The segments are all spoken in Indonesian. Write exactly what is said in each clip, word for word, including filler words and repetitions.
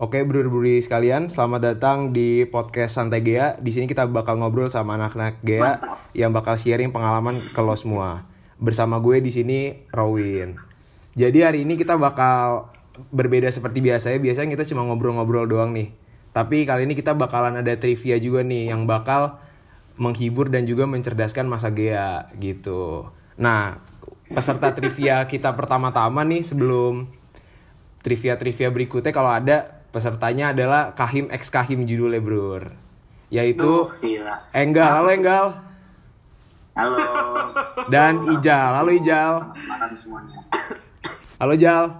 Oke, bro-bro sekalian, selamat datang di podcast Santai Gea. Di sini kita bakal ngobrol sama anak-anak Gea yang bakal sharing pengalaman ke lo semua. Bersama gue di sini Rowin. Jadi hari ini kita bakal berbeda seperti biasanya. Biasanya kita cuma ngobrol-ngobrol doang nih. Tapi kali ini kita bakalan ada trivia juga nih yang bakal menghibur dan juga mencerdaskan masa Gea gitu. Nah, peserta trivia kita pertama-tama nih sebelum trivia-trivia berikutnya kalau ada, pesertanya adalah Kahim X Kahim judulnya, bro. Yaitu Duh, Enggal. Halo Enggal. Halo. Dan Ijal. Halo Ijal. Makan semuanya. Halo Jal.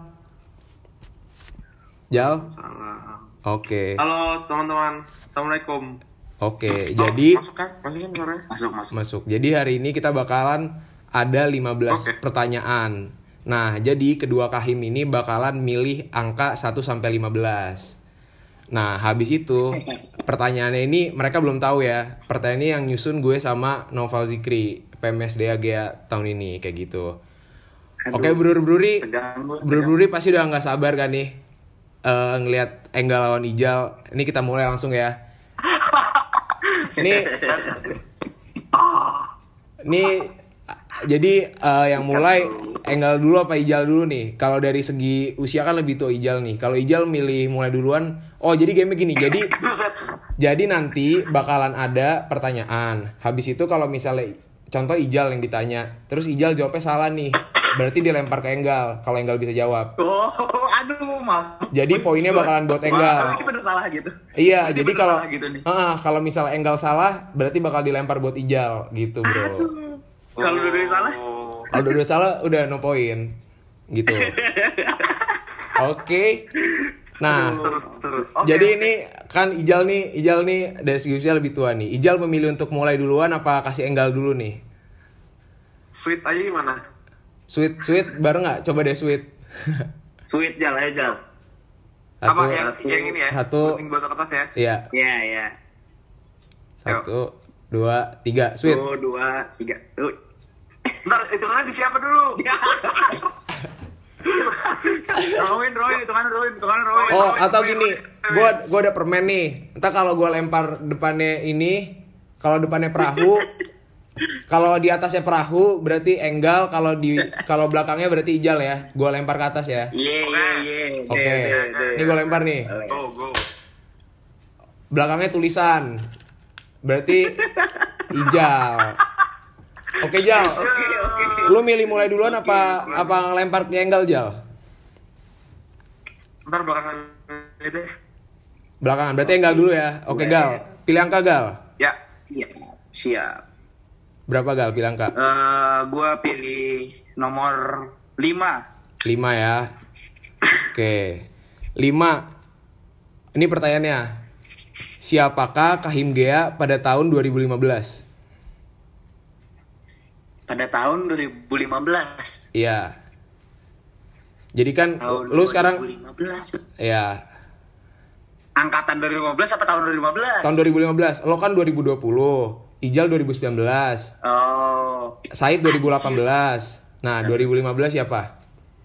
Jal. Salam. Oke. Halo teman-teman. Assalamualaikum. Oke, Oh, jadi masuk kan? Masuk kan suaranya? Masuk, masuk. masuk. Jadi hari ini kita bakalan ada lima belas Oke. pertanyaan. Nah, jadi kedua Kahim ini bakalan milih angka satu sampai lima belas. Nah, habis itu pertanyaannya ini mereka belum tahu ya. Pertanyaan ini yang nyusun gue sama Noval Zikri, P M S D A Gea tahun ini kayak gitu. Aduh, Oke, Brur-bruri. tegang gua, Brur-bruri pasti udah nggak sabar kan nih eh ngelihat Enggal lawan Ijal. Ini kita mulai langsung ya. Nih, nih jadi eh, yang mulai Enggal dulu apa Ijal dulu nih? Kalau dari segi usia kan lebih tua Ijal nih. Kalau Ijal milih mulai duluan, oh jadi game gini. Jadi jadi nanti bakalan ada pertanyaan. Habis itu kalau misalnya contoh Ijal yang ditanya, terus Ijal jawabnya salah nih, berarti dilempar ke Enggal. Kalau Enggal bisa jawab. Oh, aduh, maaf. Jadi poinnya bakalan buat Enggal. Ini bener salah gitu. Iya, Berarti jadi bener kalau salah gitu nih. ah, kalau misalnya Enggal salah, berarti bakal dilempar buat Ijal gitu, bro. Kalau dua-duanya salah? Oh. Kalau dua salah udah no point gitu. Oke. Nah, Terus terus. Oke, jadi oke. ini kan Ijal nih, Ijal nih dari segi usia lebih tua nih. Ijal memilih untuk mulai duluan apa kasih Enggal dulu nih? Sweet aja gimana? Sweet, sweet bareng nggak? Coba deh sweet. Sweet Jal, ayo Jal. Satu, Apa yang yang ini ya? satu. Gunting batu kertas ya? Iya. Iya, iya. Satu, dua, tiga, sweet. Satu, dua, tiga. Tuh. Bentar, hitungannya di siapa dulu? Rowin, Rowin, itu kan Rowin, itu kan Rowin. Oh, atau gini, gua gua ada permen nih. Entar kalau gua lempar depannya ini, kalau depannya perahu, kalau di atasnya perahu berarti Enggal, kalau di kalau belakangnya berarti Ijal ya. Gua lempar ke atas ya. Iya, iya, iya. Oke. Deh, deh, deh. Ini gua lempar nih. Go, go. Belakangnya tulisan. Berarti Ijal. Oke, Jal. Oke, oke. Lu milih mulai duluan apa apa lempar ke Enggal, Jal? Bentar belakangan ini deh. Belakangan. Berarti Enggal dulu ya. Oke, Gal. Pilih angka, Gal. Ya. Iya, siap. Berapa, Gal? Pilih angka. Eh, gua pilih nomor lima. lima ya. Oke. lima. Ini pertanyaannya. Siapakah Kahim Gea pada tahun dua ribu lima belas? Pada tahun dua ribu lima belas. Iya. Jadi kan Tahun lu sekarang dua ribu lima belas. ya, Angkatan dua ribu lima belas apa tahun dua ribu lima belas? tahun dua ribu lima belas. Lo kan dua ribu dua puluh. Ijal dua ribu sembilan belas. Oh, Said dua ribu delapan belas. Nah, dua ribu lima belas siapa?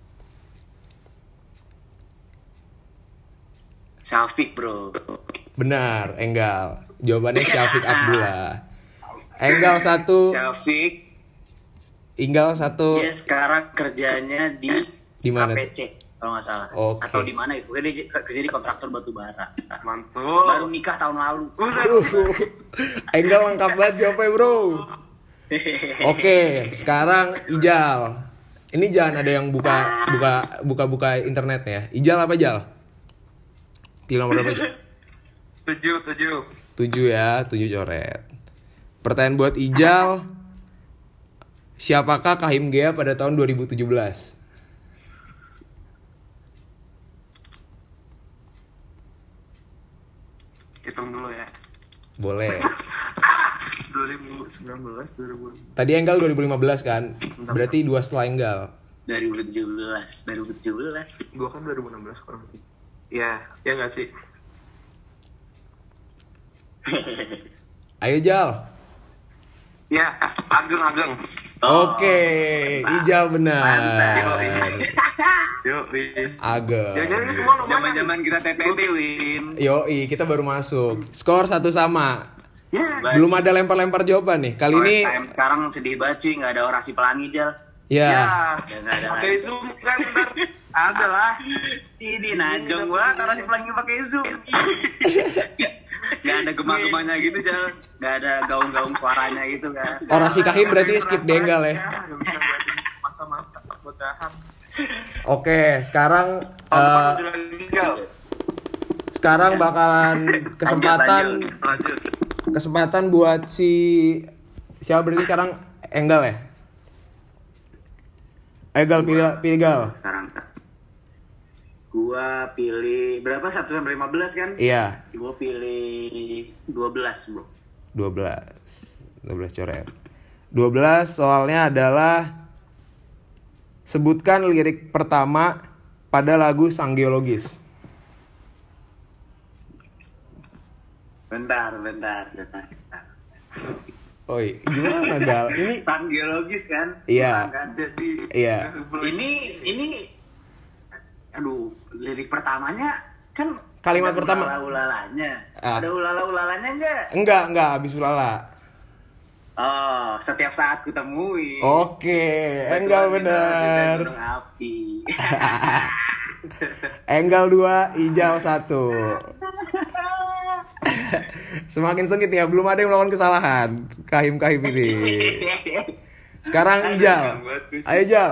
Syafiq, bro. Benar, Enggal. Jawabannya Syafiq Abdullah. Enggal satu, Syafiq, Enggal satu. dia sekarang kerjanya di Di mana K P C kalau nggak salah. Oke. Atau di mana itu? Dia kerja di kontraktor batu bara. Mantul. Baru nikah tahun lalu. Buset. Enggal lengkap banget jawabnya, bro. Oke, sekarang Ijal. Ini jangan ada yang buka buka buka buka internet ya. Ijal apa Jal? Pilih nomor berapa? Jal? Tujuh, tujuh. Tujuh ya, tujuh coret. Pertanyaan buat Ijal. Siapakah Kahim Gea pada tahun dua ribu tujuh belas? Hitung dulu ya. Boleh. dua ribu sembilan belas, dua ribu. Tadi Enggal dua ribu lima belas kan? Berarti dua setelah Enggal. dua ribu tujuh belas, dua ribu tujuh belas. Gua kan dua ribu enam belas kurang lebih. Ya, ya nggak sih? Ayo Jal. Ya, Ageng Ageng. Oke, Ijal benar. Mantap. Yuk, Ageng. Jangan ini semua nomornya. Zaman-zaman kita T P T, Win. Yoi, kita baru masuk. Skor satu sama. Ya. Belum ada lempar-lempar jawaban nih. Kali ini Time sekarang sedih banget cuy, nggak ada orasi pelangi, Jal. ya. Ya. Ya nggak ada Pakai lagi. Zoom kan ntar ada lah. Ini najong banget orasi pelangi pakai Zoom. Gak ada gema-gemanya gitu, Jal. Gak ada gaung-gaung suaranya gitu kan. Orasi kahim berarti skip denggal ya. Nggak bisa buat masa-masa bodahan. Oke, sekarang Oh, eh, lanjut lagi, Gal. sekarang bakalan kesempatan Lanjut. kesempatan buat si siapa berarti sekarang Enggal ya? Enggal pilih pilih Gal. Sekarang gua pilih berapa? satu sampai lima belas kan? Iya, Gua pilih dua belas, Bro. dua belas. dua belas coret. dua belas soalnya adalah sebutkan lirik pertama pada lagu Sang Geologis. Bentar, bentar, bentar. Oi, gimana Gal? Ini Sang geologis kan? Iya. Sang kan? Jadi Iya. Ini ini aduh, lirik pertamanya kan Kalimat ada pertama. ulala-ulalanya. Ah. Ada ulala-ulalanya enggak? enggak, enggak habis ulala. Oh, setiap saat ku temui. Oke, Enggal bener. Gunung api. Enggal dua, Ijal satu. Semakin sengit ya, belum ada yang melakukan kesalahan. Kahim-kahim ini. Sekarang Ijal. Ayo Jal.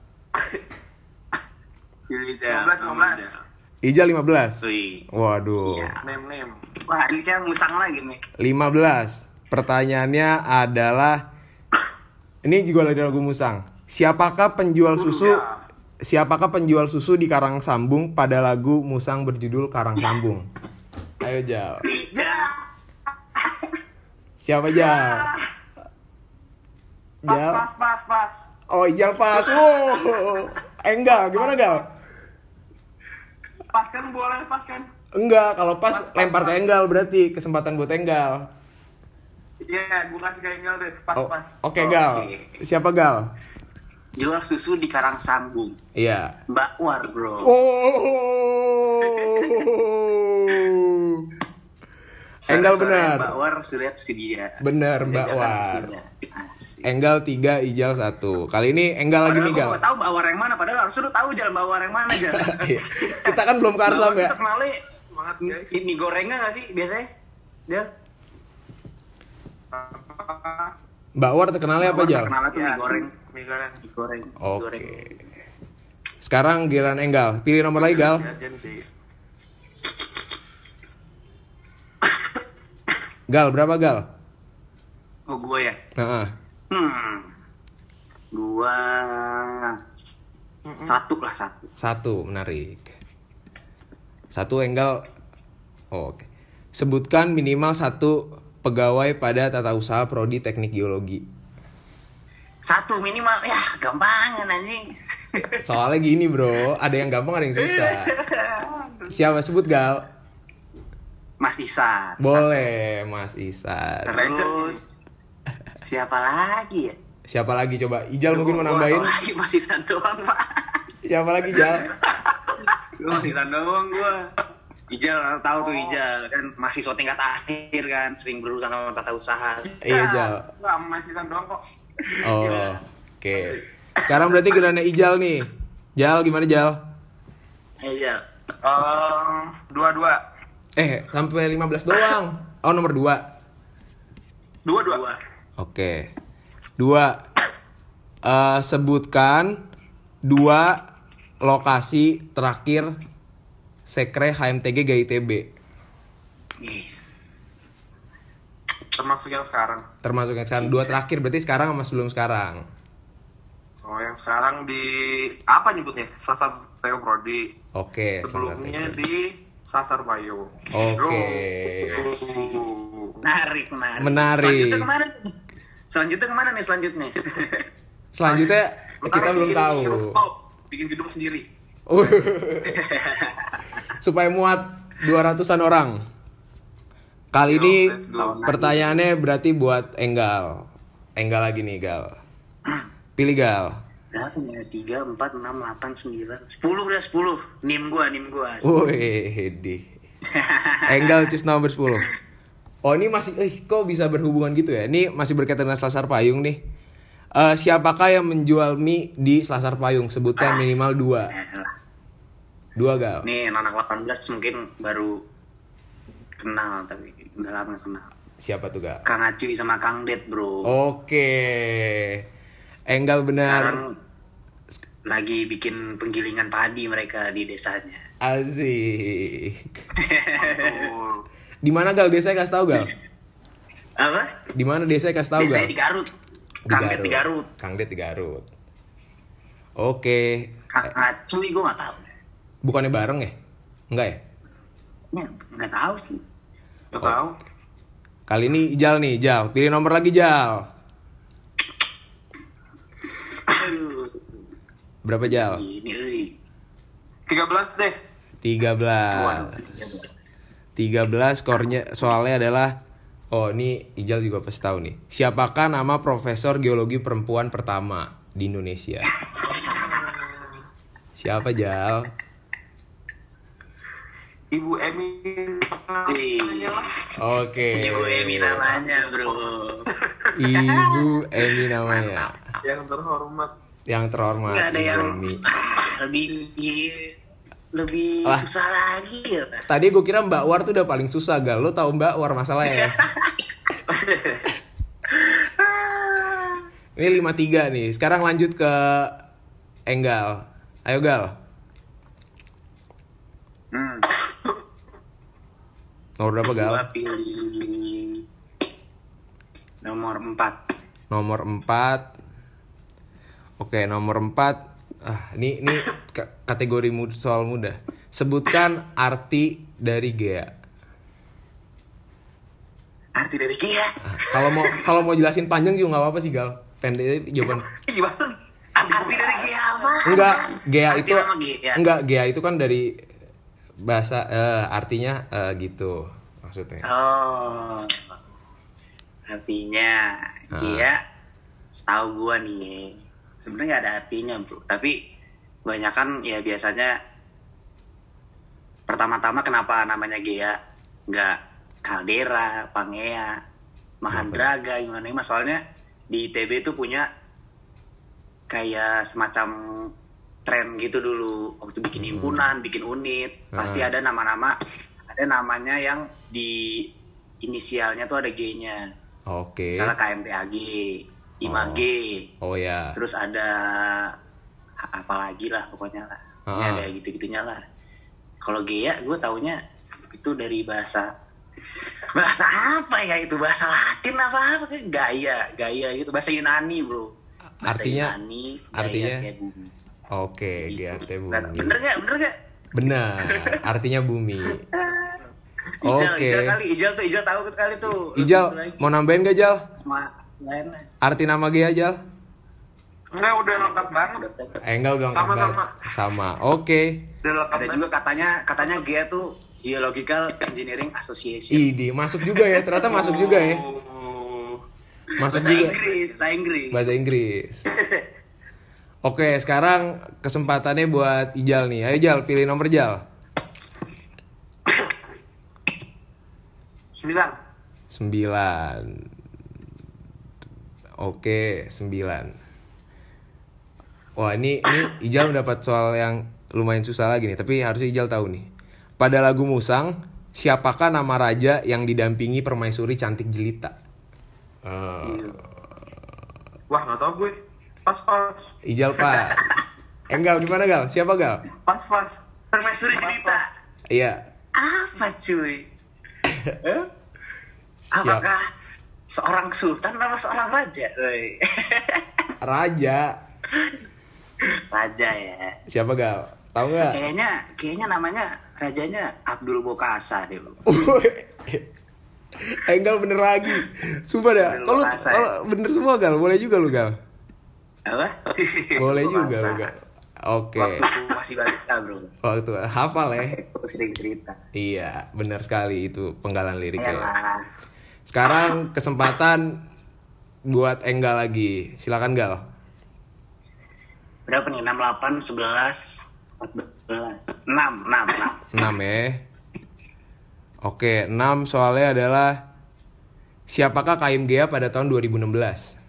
Pilih lima belas, lima belas. Ijal lima belas. Wih. Waduh. name name. Wah, ini kayak musang lagi nih. lima belas. Pertanyaannya adalah ini juga lagi lagu Musang. Siapakah penjual susu? Siapakah penjual susu di Karang Sambung pada lagu Musang berjudul Karang Sambung? Ayo Jal. Siapa Jal? Pas Jal. pas pas pas. Oh, Ijal pas. Wow. Enggal, gimana Gal? Pas kan boleh pas kan? Enggak, kalau pas lempar ke Enggal berarti kesempatan buat Enggal. Iya, gua kasih ke Enggal deh. Pas Oh, pas. Oke Gal. Siapa Gal? Jual susu di Karang Sambung. Iya. Mbak War, Bro. Oh. Enggal Sore-sore benar. Mbak War sudah sedia. Benar, Mbak Jajakan War. susunya. Asik. Enggal tiga, Ijal satu. Kali ini Enggal lagi Padahal nih gua Gal. nggak tahu Mbak War yang mana, padahal harusnya lu tahu Jal Mbak War yang mana Jal. Iya. Kita kan belum karsam ya. Kita kenalnya Semangat guys. ini gorengnya nggak sih biasanya? Jal. Mbak War terkenalnya apa Jal? Kenalnya tuh Ya, mie goreng. Mie goreng. Mie goreng. mie Oke. goreng. Sekarang giliran Enggal. Pilih nomor lagi Gal. Jajan sih. Gal, berapa Gal? Oh, gua ya. Heeh. Hmm. Gua satu lah satu. Satu, menarik. Satu Enggal. Oh, oke. Sebutkan minimal satu pegawai pada tata usaha prodi teknik geologi. Satu minimal ya, gampangan anjing. Soalnya gini bro, ada yang gampang ada yang susah. Siapa sebut Gal? Mas Isan. Boleh, Mas Isan. Terus siapa lagi ya? Siapa lagi coba? Ijal mungkin mau nambahin? Gua tahu lagi Mas Isan doang, Pak. Siapa lagi Jal? Gua Mas Isan doang gua. Ijal tahu tuh Ijal kan mahasiswa tingkat akhir kan sering berurusan sama tata usaha. Iya Jal. Enggak, masih kan doang kok. Oh, oke. Sekarang berarti gilirannya Ijal nih. Jal gimana Jal? Ayo Ijal. Eh, dua-dua. Eh, sampai lima belas doang. Oh, nomor dua. Dua-dua. Oke. Dua. Eh, sebutkan dua lokasi terakhir Sekre H M T G G I T B. Ih, Termasuk yang sekarang. Termasuk yang sekarang. Dua terakhir berarti sekarang sama sebelum sekarang. Oh, yang sekarang di apa nyebutnya? Sasar Teo Prodi. Oke. Sebelumnya Sangat di Sasar Bayo. Oke. Oh. menarik, menarik. Menarik. Selanjutnya kemana nih? Selanjutnya kemana nih selanjutnya? Selanjutnya Ntar kita belum bikin tahu. rooftop, bikin gedung sendiri. Supaya muat dua ratusan orang. Kali Yo, ini let's go. pertanyaannya berarti buat Enggal. Enggal lagi nih, Gal. Pilih, Gal. Berapa ya? tiga, empat, enam, delapan, sembilan, sepuluh udah sepuluh. Nim gua, nim gua. Wih, di. Enggal choose nomor sepuluh. Oh, ini masih eh kok bisa berhubungan gitu ya? Ini masih berkaitan dengan Selasar Payung nih. Eh, siapakah yang menjual mie di Selasar Payung? Sebutkan minimal dua. Dua, Gal. Nih, anak delapan belas mungkin baru kenal, tapi udah lama gak kenal. Siapa tuh, Gal? Kang Acuy sama Kang Det, bro. Oke. Enggal benar. Sekarang lagi bikin penggilingan padi mereka di desanya. Asik. Betul. Di mana, Gal? Desanya kasih tahu, Gal. Apa? Di mana desanya kasih tahu, Gal? Desanya di Garut. Kang Det di Garut. Kang Det di Garut. Oke. Kang Acuy gue gak tahu. Bukannya bareng ya? Enggak ya? Ya, nggak tahu sih. Gak tahu. Kali ini Ijal nih, Ijal. Pilih nomor lagi, Jal. Aduh. Berapa, Jal? Ini, euy. tiga belas deh. tiga belas. tiga belas skornya soalnya adalah oh, ini Ijal juga pasti tahu nih. Siapakah nama profesor geologi perempuan pertama di Indonesia? Siapa, Jal? Ibu Emi. Ih. Oke. Ibu Emi namanya, bro. Ibu Emi namanya. Yang terhormat. Yang terhormat. Nggak ada Ibu yang Emi. lebih lebih Lah. susah lagi ya. Tadi gue kira Mbak War tuh udah paling susah, Gal. Lo tau Mbak War masalahnya ya? Ini lima tiga nih. Sekarang lanjut ke Enggal. Ayo, Gal. Hmm. Nomor berapa, Gal? Gua pilih nomor empat. Nomor empat. Oke, nomor empat. Ah, ini ini k- kategori mud- soal mudah. Sebutkan arti dari gea. Arti dari Gia. Ah, kalau mau kalau mau jelasin panjang juga nggak apa-apa sih, Gal. Pendek jawaban. Gimana? Arti dari Gia apa? Enggak, gea Arti itu nama Gia. enggak, gea itu kan dari bahasa eh, artinya eh, gitu maksudnya. Oh. Artinya Ah. Gia setahu gua nih. Sebenarnya nggak ada artinya, bro. Tapi kebanyakan ya biasanya pertama-tama kenapa namanya Gea, nggak Caldera, Pangea, Mahandraga, gimana ini? Soalnya di I T B tuh punya kayak semacam tren gitu dulu. Waktu bikin Hmm. himpunan, bikin unit, pasti Ah. ada nama-nama, ada namanya yang di inisialnya tuh ada G-nya. Oke. Misalnya K M P A G, I M A G, Oh ya. terus ada apa lagi lah pokoknya lah. Ah. Ya kayak gitu-gitunya lah. Kalau Gea gue taunya itu dari bahasa bahasa apa ya itu, bahasa Latin apa apa kayak gaya gaya gitu, bahasa Yunani, bro. Bahasa Artinya- Yunani, gaya artinya- kayak bumi. Oke, Gitu. gea artinya Kan, bumi. bener gak bener gak Benar, artinya bumi. Ijal, Oke. Ijal kali Ijal tuh Ijal tahu kali tuh. Ijal, Lebih lagi. mau nambahin gak, Jal? Ma- lain lah. Arti nama gea, Jal? Enggak, udah lengkap banget. Eh, enggak, udah Sama, enggak. sama. Sama. Oke. Udah lengkap Ada banget. juga katanya katanya Gea tuh Geological Engineering Association. Idi, masuk juga ya. Ternyata masuk juga ya. Oh. Masuk Bahasa juga. Inggris, bahasa Inggris. Bahasa Inggris. Oke, sekarang kesempatannya buat Ijal nih. Ayo, Jal, pilih nomor, Jal. Sembilan. Sembilan. Oke, sembilan. Wah, ini ini Ijal mendapat soal yang lumayan susah lagi nih, tapi harusnya Ijal tahu nih. Pada lagu Musang, siapakah nama raja yang didampingi permaisuri cantik jelita? Eh, Wah, nggak tahu gue. Pas pas. Ijal pas. Enggak, gimana, Gal? Siapa, Gal? Pas pas. Permaisuri cerita. Iya. Apa cuy? Eh? Siap. Apakah seorang sultan atau seorang raja? Woi. Raja. Raja ya. Siapa, Gal? Tahu nggak? Kayaknya kayaknya namanya rajanya Abdul Bokasa deh, bro. Enggal bener lagi. Sumpah dah. Bener Kalau Bokasa, kalau bener semua, Gal, boleh juga lu, Gal. Apa? Boleh juga Bokasa. lu, Gal. Oke. Waktu aku masih balita, bro. Waktu hafal ya. Aku sering cerita. Iya, benar sekali itu penggalan liriknya. Yalah. Sekarang kesempatan buat Enggal lagi. Silakan Gal. Berapa nih? enam, delapan, sebelas, empat belas, enam, enam, enam. enam ya. Oke, enam soalnya adalah siapakah Kaim Gea pada tahun dua ribu enam belas?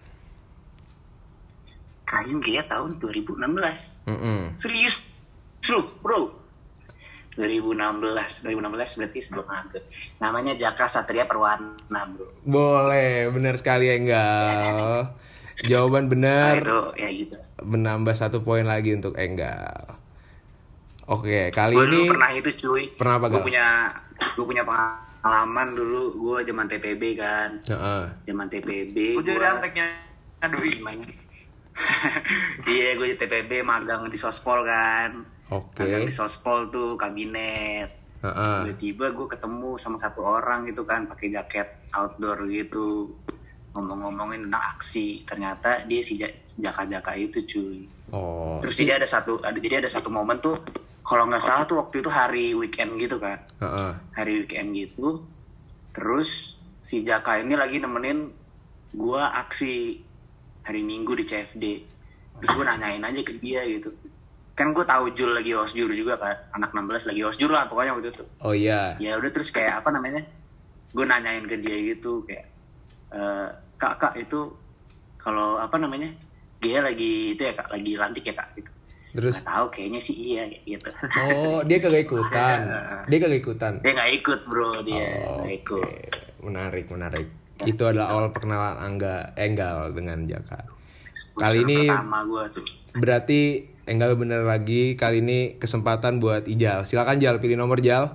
Kaim Gea tahun dua ribu enam belas. Mm-mm. Serius? Lu, bro? dua ribu enam belas. dua ribu enam belas berarti sebelum maghrib. Namanya Jaka Satria Perwana, bro. Boleh, benar sekali Enggal. Jawaban Nah, benar. itu ya gitu. Menambah satu poin lagi untuk Enggal. Oke, kali Gue ini dulu pernah itu cuy. Pernah apa, Gue Gal? punya, gue punya pengalaman dulu. Gue zaman T P B kan. Heeh. Zaman T P B. Gue jadi gua- anteknya doi. Gimana? Iya, gue di T P B magang di Sospol kan. Oke. Magang di Sospol tuh kabinet. Heeh. Tiba-tiba gue ketemu sama satu orang gitu kan, pakai jaket outdoor gitu, ngomong-ngomongin tentang aksi. Ternyata dia si Ja- Jaka-Jaka itu cuy. Oh. Terus jadi ada satu, ada jadi ada satu momen tuh, kalau nggak salah tuh waktu itu hari weekend gitu kan, Heeh. hari weekend gitu. Terus si Jaka ini lagi nemenin gue aksi hari Minggu di C F D. Terus gue nanyain aja ke dia gitu. Kan gue tahu Jul lagi osjur juga kan, anak enam belas lagi osjur lah pokoknya waktu itu. Oh iya. Ya udah terus kayak apa namanya? Gue nanyain ke dia gitu kayak e, kak kak itu kalau apa namanya? Dia lagi itu ya kak, lagi lantik ya kak gitu. Terus Gak tahu kayaknya sih iya kayak gitu. oh, dia kagak ikutan. Dia kagak ikutan. Dia nggak ikut bro dia Oh, nggak ikut. oke. Menarik, menarik. Itu adalah awal perkenalan Angga Enggal dengan Jaka. Kali ini Pertama gue tuh. berarti Enggal bener lagi. Kali ini kesempatan buat Ijal. Silakan Jal, pilih nomor Jal.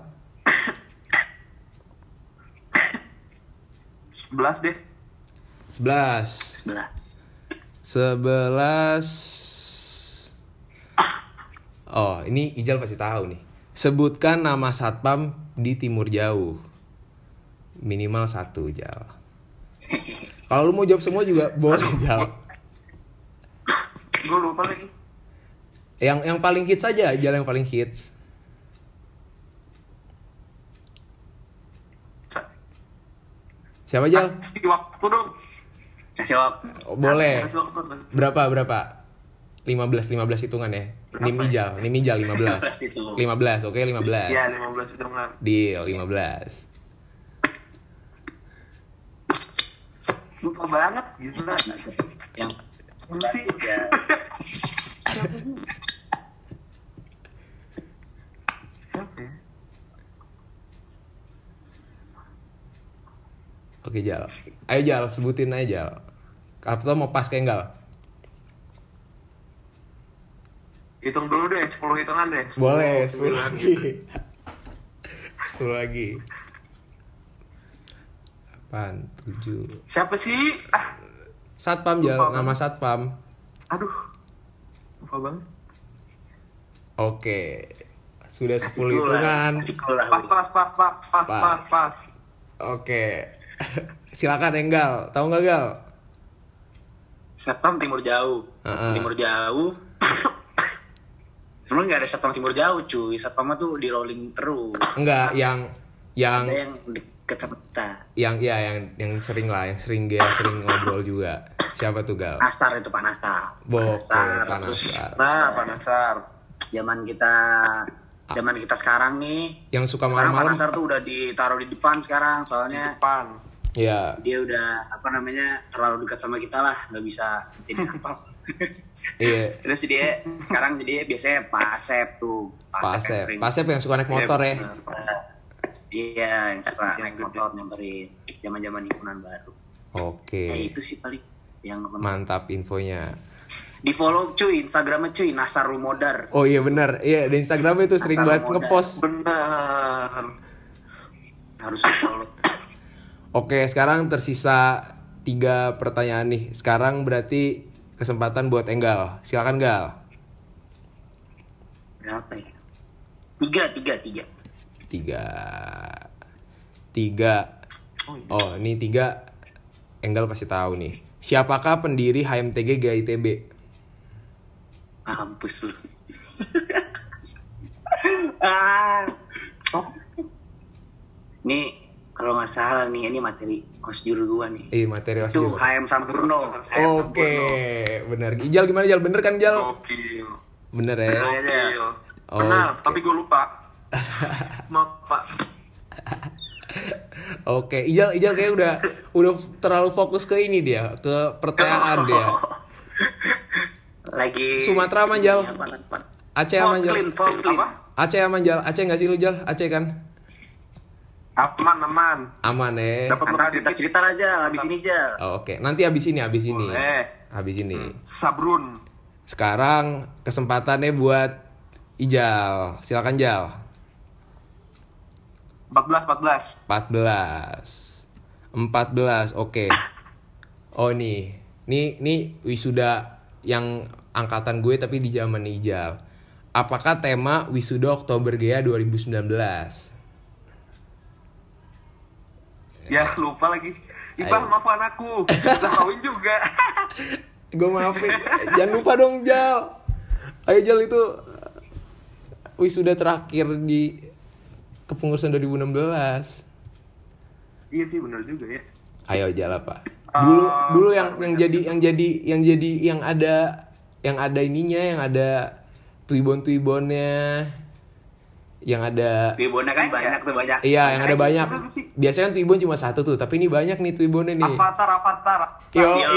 sebelas deh. sebelas. Sebelah. sebelas. Oh, ini Ijal pasti tahu nih. Sebutkan nama satpam di Timur Jauh. Minimal satu, Jal. Kalau lu mau jawab semua juga boleh, Jal. Gue lupa lagi. Yang yang paling hits aja, Jal, yang paling hits. Siapa, Jal? Kasih waktu dong. Kasih waktu. Oh, boleh. Kasih waktu. Berapa, berapa? lima belas, lima belas hitungan ya. Nim Ijal, Nim Ijal lima belas. lima belas, oke, lima belas. Iya, lima belas hitungan. Deal, lima belas. Lupa banget gitu lah. Yang Apa sih? ya. Siapa ya? Oke, Jal. Ayo, Jal, sebutin aja, Jal. Atau mau pas ke Enggal? Hitung dulu deh, sepuluh hitungan deh. Boleh, sepuluh lagi. sepuluh lagi. delapan, tujuh. Siapa sih? Ah, Satpam, Jal. Lupa Nama banget. satpam. aduh. Lupa banget. Oke. Sudah sepuluh Kasih hitungan. Kasih lah. Pas, pas, pas, pas, pas, Pas. pas, pas. Oke. Silakan Enggal. Tahu nggak, Gal? Satpam Timur Jauh. Uh-uh. Timur Jauh. Emang nggak ada satpam Timur Jauh cuy. Satpamnya tuh di rolling terus. Enggak, yang yang Ada yang deket sama kita. yang ya yang yang sering lah, yang sering dia sering ngobrol juga. Siapa tuh, Gal? Nastar itu Pak Nastar. Bok, Nastar, panas. terus Nah, Pak Nasar. zaman kita zaman kita sekarang nih. Yang suka Sekarang Pak malam-malam. Nastar tuh udah ditaruh di depan sekarang soalnya Depan. Ya, dia udah apa namanya terlalu dekat sama kita lah, nggak bisa jadi satpam. iya. Terus dia sekarang jadi biasanya Pak Asep tuh. Pak Asep. yang sering- Pak Asep yang suka naik motor ya. Iya, yang suka Yang naik gede. motor nyamperin zaman-zaman himpunan baru. Ya Oke. itu sih paling yang Mantap infonya. di follow cuy Instagramnya cuy Nasarul Modar. Oh iya benar. Iya, di Instagram itu sering Asal banget modal. ngepost. Benar. Harus di follow. Oke, sekarang tersisa tiga pertanyaan nih. Sekarang berarti kesempatan buat Enggal. Silakan, Gal. Berapa ya? Tiga, tiga, tiga. Tiga. Tiga. Oh, iya. Oh, ini tiga. Enggal pasti tahu nih. Siapakah pendiri H M T G G I T B? Mampus lu. ah. Oh, Ini kalau nggak salah nih ini materi kosjur gua nih. Iya, materi Itu Osjur. H M Sampurno. Oke, benar. Ijal gimana Jal? Bener kan Jal? Gokil. Bener ya. Gokil. Oh, Benar, oke. tapi gue lupa. Maaf, Pak. Oke, Ijal Ijal kayak udah udah terlalu fokus ke ini dia, ke pertanyaan dia. Lagi Sumatera aman, Jal? Apa, apa? Aceh aman Jal? Folklin, Folklin. Apa? Aceh aman Jal? Aceh nggak sih lu Jal? Aceh kan? Aman, aman. Aman ya. Dapat Ntar makan kita dikit. cerita aja, habis ini aja. Oh, oke, nanti habis ini, habis ini, Boleh. habis ini. Sabrun. Sekarang kesempatannya buat Ijal, silakan Jal. empat belas, empat belas. empat belas, empat belas, oke. Oh nih, nih, nih wisuda yang angkatan gue tapi di zaman Ijal. Apakah tema wisuda Oktober Gea dua ribu sembilan belas? Ya, lupa lagi. Ayo. Ibah, maafkan aku. Udah kawin juga. Gue maafin, jangan lupa dong Jal. Ayo Jal, itu wisuda terakhir di kepengurusan dua ribu enam belas. Iya sih, benar juga ya. Ayo Jal apa? Dulu Ah, dulu yang benar, yang benar. jadi yang jadi yang jadi yang ada yang ada ininya, yang ada tuibon-tuibonnya, yang ada Tribunnya kan banyak tuh banyak. iya, yang ada banyak. Bener sih. Biasanya kan tuibon cuma satu tuh, tapi ini banyak nih tuibonnya nih. Avatar, avatar. Yo, Yo.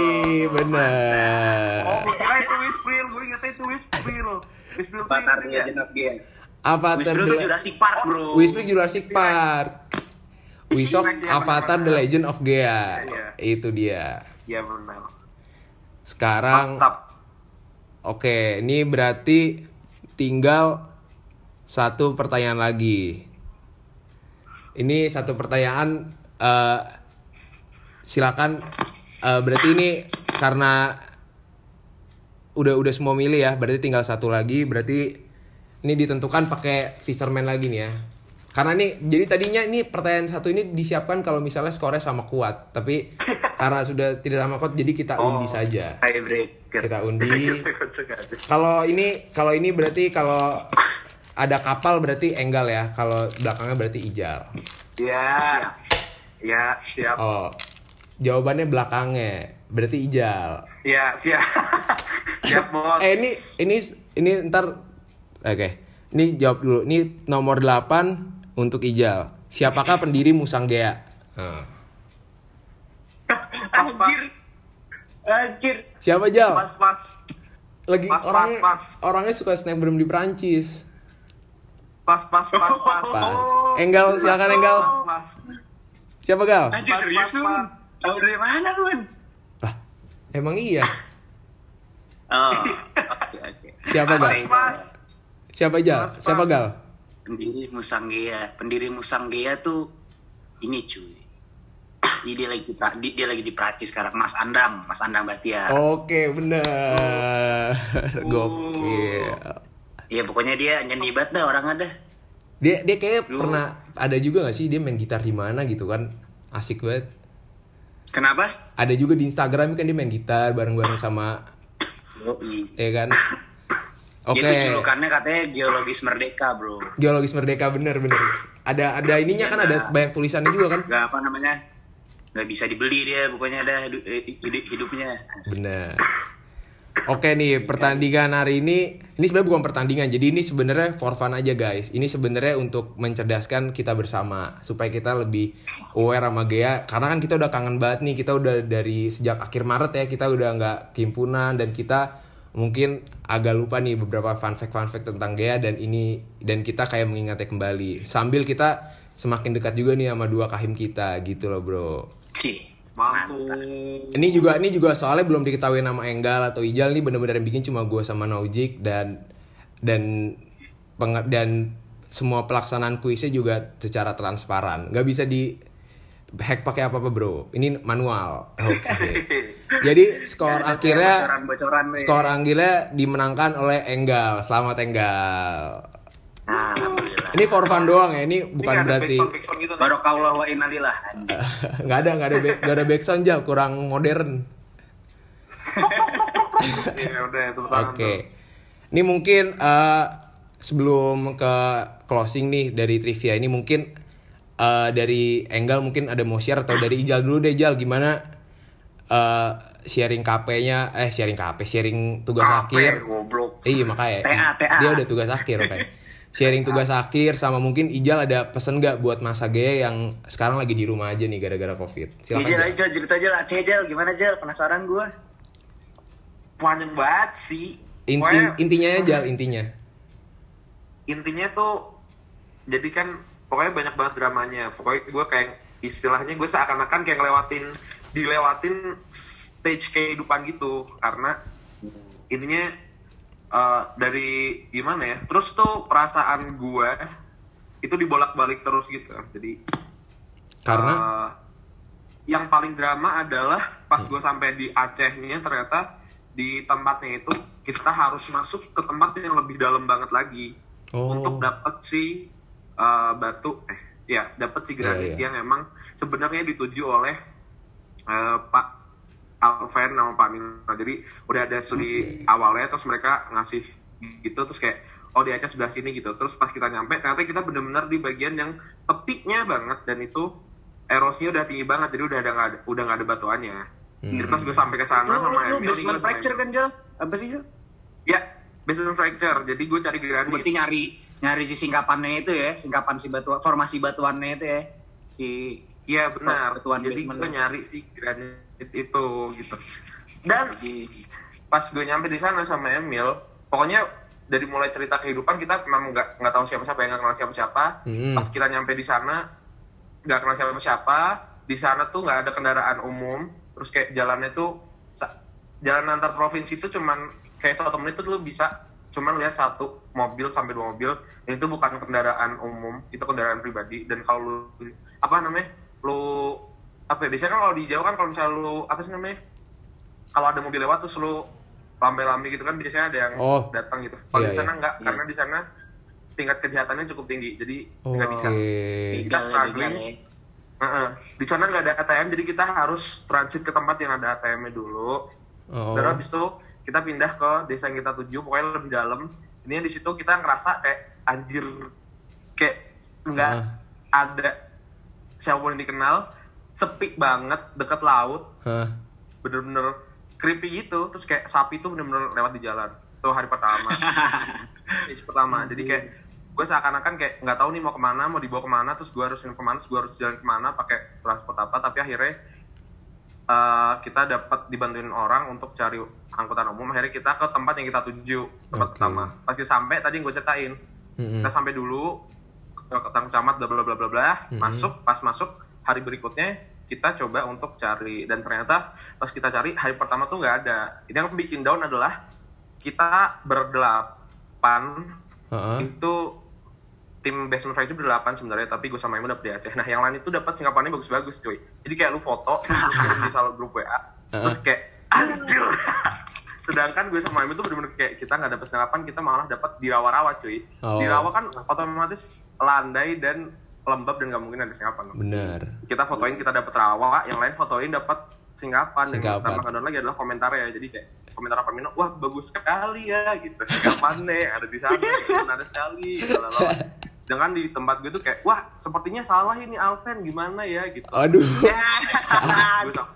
bener. Oh, gue kira itu Wispril. Gue ingetnya itu Wispril. Wispril tuh Avatar itu ya ya. Legend of Gen. Avatar Wisru tuh The Jurassic Park, bro. Wispril Jurassic Park. Wisok Iya, Avatar The benar-benar. Legend of Gea. Iya. Itu dia. Iya, benar. Sekarang Mantap. oke, ini berarti tinggal satu pertanyaan lagi. Ini satu pertanyaan, eh, silakan. Eh, berarti ini karena udah udah semua milih ya, berarti tinggal satu lagi. Berarti ini ditentukan pakai Fisherman lagi nih ya. Karena nih, jadi tadinya ini pertanyaan satu ini disiapkan kalau misalnya skornya sama kuat, tapi karena sudah tidak sama kuat, jadi kita undi saja. Tiebreaker. Kita undi. Kalau ini kalau ini berarti kalau ada kapal berarti Enggal ya. Kalau belakangnya berarti Ijal. Iya. Iya, siap. Oh. Jawabannya belakangnya berarti Ijal. Iya, siap. Siap, Bos. Eh ini ini ini ntar oke. Ini jawab dulu. Ini nomor delapan untuk Ijal. Siapakah pendiri Musang Gea? Nah. Anjir. Anjir. Siapa Jal? Pas, pas. Lagi Pas, orangnya pas, pas. orangnya suka snapgram di Prancis. Pas, pas, pas, pas. Pas. Enggal, silakan Enggal. Pas, pas. Siapa Gal? Anjir Pas, serius pas, lu. pas. Tahu dari mana lu? Lah, emang iya. Oh. Oke, oke. Siapa Gal? Pas, pas. Siapa Jal? Pas, Siapa pas. Gal? Pendiri Musang Gea. Pendiri Musang Gea tuh ini cuy. Jadi dia lagi di, Pra- di- dia lagi di Prancis sekarang, Mas Andam, Mas Andam Batia. Oke, bener. Gokil. Iya pokoknya dia nyanyi banget dah orang ada. Dia dia kayak Lu- pernah ada juga gak sih dia main gitar di mana gitu kan? Asik banget. Kenapa? Ada juga di Instagram kan dia main gitar bareng-bareng sama Yoi. ya kan. Oke. Dia tuh julukannya katanya geologis merdeka, bro. Geologis Merdeka, bener bener. Ada ada ininya kan, ada banyak tulisannya juga kan? Gak apa namanya? Gak bisa dibeli dia, pokoknya ada hidup, hidup, hidupnya. Bener. Oke nih, pertandingan hari ini ini sebenarnya bukan pertandingan, jadi ini sebenarnya for fun aja guys. Ini sebenarnya untuk mencerdaskan kita bersama supaya kita lebih aware sama Gea. Karena kan kita udah kangen banget nih, kita udah dari sejak akhir Maret ya, kita udah nggak himpunan dan kita mungkin agak lupa nih beberapa fun fact fun fact tentang Gea dan ini dan kita kayak mengingatnya kembali. Sambil kita semakin dekat juga nih sama dua kahim kita gitu loh bro. Sih. Mantul. Ini juga ini juga soalnya belum diketahui nama Enggal atau Ijal nih, bener-bener yang bikin cuma gue sama Naujik dan dan peng- dan semua pelaksanaan kuisnya juga secara transparan, nggak bisa di hack pakai apa apa bro, ini manual. Oke. Jadi skor Ada akhirnya bocoran-bocoran nih. skor akhirnya dimenangkan oleh Enggal. Selamat Enggal. Nah, alhamdulillah. Ini for fun doang ya, ini bukan Ini ada berarti backsound- backsound gitu nih. Barokallah wa innalillah. nggak ada nggak ada back, nggak ada backsound Jal, kurang modern. Iya, udah, tepuk tangan Oke. tuh. Ini mungkin eh, sebelum ke closing nih dari trivia ini mungkin uh, dari Enggal mungkin ada mau share atau dari Ijal dulu deh Jal, gimana uh, sharing K P-nya, eh sharing K P, sharing tugas K P, akhir. Goblok. Iya makanya. T A, T A. Dia udah tugas akhir kayak. Sharing tugas akhir sama mungkin Ijal ada pesen nggak buat Masa Gea yang sekarang lagi di rumah aja nih gara-gara Covid. Silakan. Ijal aja cerita aja lah, Jal, gimana Jal? Penasaran gua. Panjang banget sih. In, in, Pokoknya- intinya aja intinya. intinya tuh jadi kan pokoknya banyak banget dramanya. Pokoknya gue kayak istilahnya gue seakan-akan kayak ngelewatin dilewatin stage kehidupan gitu, karena intinya uh, dari gimana ya, terus tuh perasaan gue itu dibolak-balik terus gitu. Jadi Karena uh, yang paling drama adalah pas gue sampai di Acehnya, ternyata di tempatnya itu kita harus masuk ke tempat yang lebih dalam banget lagi. Oh. Untuk dapat si uh, batu eh ya dapat si granit Iya, iya. yang emang sebenarnya dituju oleh uh, Pak Alven sama Pak Mino. Jadi udah ada studi Okay. awalnya, terus mereka ngasih gitu, terus kayak oh di Aceh sebelah sini gitu. Terus pas kita nyampe ternyata kita bener-bener di bagian yang tepinya banget, dan itu erosinya udah tinggi banget, jadi udah ada nggak ada udah nggak ada batuannya. Hmm. Jadi pas gue sampai ke sana Lu, sama lu Emil, basement gue fracture sama kan Jal? Apa sih Jal? Emil. Ya, basement fracture. Jadi gue cari granit. Berarti nyari nyari si singkapannya itu ya, singkapan si batu formasi batuannya itu ya. Si Iya benar. Batuan Jadi basement gue lu. nyari si granit itu gitu. Dan pas gue nyampe di sana sama Emil, pokoknya dari mulai cerita kehidupan kita memang nggak nggak tahu siapa-siapa, yang nggak kenal siapa-siapa. Hmm. Pas kita nyampe di sana nggak kenal siapa-siapa. Di sana tuh nggak ada kendaraan umum. Terus kayak jalannya tuh sa- jalan antar provinsi itu cuman kayak satu menit tuh lu bisa cuman lihat satu mobil sampai dua mobil, dan itu bukan kendaraan umum, itu kendaraan pribadi. Dan kalau lu apa namanya lu apa ya, biasanya kan kalau di Jawa kan kalau misalnya lu apa sih namanya, kalau ada mobil lewat terus lu lambe-lambe gitu kan biasanya ada yang Oh. datang gitu. Kalau Iya, di sana iya. enggak, Iya. karena di sana tingkat kejahatannya cukup tinggi, jadi Oke. nggak bisa. legal ya, legal ya. Heeh. Di sana nggak ada A T M, jadi kita harus transit ke tempat yang ada A T M-nya dulu. Oh. Terus habis itu kita pindah ke desa yang kita tuju, pokoknya lebih dalam. Ini di situ kita ngerasa kayak anjir, kayak nggak Ah. ada siapapun yang dikenal, sepi banget, deket laut, Hah. bener-bener creepy gitu. Terus kayak sapi tuh bener-bener lewat di jalan. Itu hari pertama. Hari pertama. Jadi kayak gue seakan-akan kayak nggak tahu nih mau kemana, mau dibawa kemana, terus gue harus kemana, terus gue harus jalan kemana, pakai transport apa. Tapi akhirnya uh, kita dapat dibantuin orang untuk cari angkutan umum. Akhirnya kita ke tempat yang kita tuju, tempat Oke. pertama. Pas kita sampai, tadi yang gue ceritain, Mm-mm. kita sampai dulu ke ketang camat, bla bla bla bla bla, Mm-mm. masuk. Pas masuk hari berikutnya kita coba untuk cari, dan ternyata pas kita cari hari pertama tuh nggak ada. Ini yang bikin down adalah kita berdelapan Heeh. itu tim basement fracture berdelapan sebenarnya, tapi gue sama Emo dapet di Aceh. Nah yang lain itu dapat singkapannya bagus-bagus cuy. Jadi kayak lu foto terus di salah grup W A, terus kayak anjir. Sedangkan gue sama Emo itu bener-bener kayak kita nggak dapet singkapan, kita malah dapat di rawa-rawa cuy. Oh. Di rawa kan otomatis landai dan lembab dan nggak mungkin ada singkapan. Benar. Kita fotoin kita dapet rawa, yang lain fotoin dapat singkapan. Dan Singkapan. yang tambah lagi adalah komentarnya. Jadi kayak komentar apa Mino, wah bagus sekali ya gitu, singkapannya ada di sana, gitu, ada sekali. Lalu dengan di tempat gue tuh kayak, wah sepertinya salah ini Alven, gimana ya gitu. Aduh. Gue sama-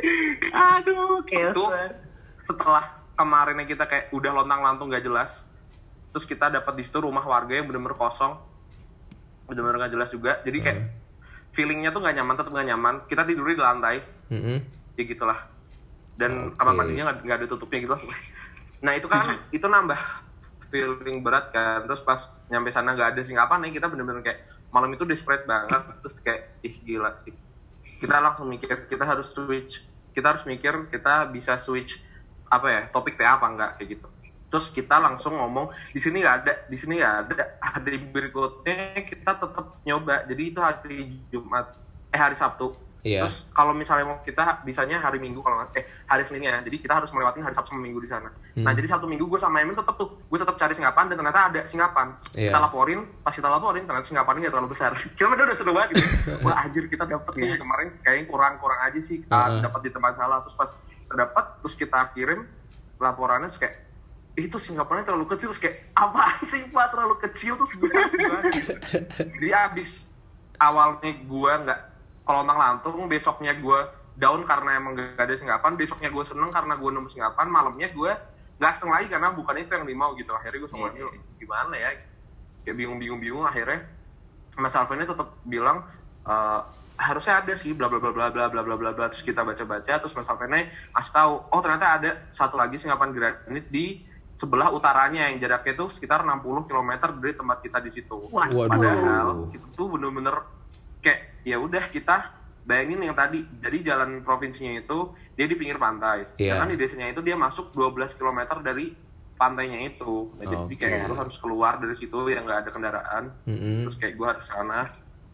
Aduh, chaos itu banget. setelah kemarinnya kita kayak udah lontang-lantung gak jelas, terus kita dapat di situ rumah warga yang bener-bener kosong, bener-bener gak jelas juga. Jadi kayak Hmm. feelingnya tuh gak nyaman, tetap gak nyaman. Kita tidurnya di lantai, Mm-mm. ya gitulah. Dan Oke. kamar mandinya nggak nggak ada tutupnya gitu. Nah itu kan itu nambah feeling berat kan. Terus pas nyampe sana nggak ada singkapan nih, kita bener-bener kayak malam itu desperate banget. Terus kayak ih gila sih. Kita langsung mikir kita harus switch. Kita harus mikir kita bisa switch apa ya, topik T A apa enggak kayak gitu. Terus kita langsung ngomong di sini nggak ada, di sini nggak ada. Hari berikutnya kita tetap nyoba. Jadi itu hari Jumat, eh hari Sabtu. Iya. Terus kalau misalnya mau kita bisanya hari Minggu kalau nggak- eh hari Seninnya. Jadi kita harus melewati hari Sabtu sama Minggu di sana. Hmm. Nah, jadi Sabtu Minggu gue sama Emin tetap tuh, gue tetap cari singkapan dan ternyata ada singkapan. Iya. Kita laporin, pas kita laporin ternyata singkapannya nggak terlalu besar. Cuma udah seru banget gitu. Wah, anjir kita dapat nih kemarin kayaknya kurang-kurang aja sih kita Uh-uh. dapat di tempat salah. Terus pas kita dapat, terus kita kirim laporannya terus kayak itu singkapannya terlalu kecil, terus kayak apaan sih Pak terlalu kecil, terus gue kasih banget gitu. Jadi abis awalnya gue nggak kelontang lantung, besoknya gue down karena emang gak ada singkapan, besoknya gue seneng karena gue nemu singkapan, malamnya gue gak seneng lagi karena bukan itu yang dimau gitu. Akhirnya gue sama Emil gimana ya, kayak bingung-bingung-bingung. Akhirnya Mas Alvin tetap bilang e, harusnya ada sih bla bla bla bla bla bla bla bla bla. Terus kita baca-baca, terus Mas Alvin ngasih tahu, oh ternyata ada satu lagi singkapan granit di sebelah utaranya yang jaraknya itu sekitar enam puluh kilometer dari tempat kita di situ. Waduh. Padahal itu tuh bener-bener kayak ya udah kita bayangin yang tadi, jadi jalan provinsinya itu dia di pinggir pantai. Yeah. Karena di desanya itu dia masuk dua belas kilometer dari pantainya itu. Nah, oh, jadi kayak okay. gue harus keluar dari situ yang nggak ada kendaraan. Mm-hmm. Terus kayak gue harus sana.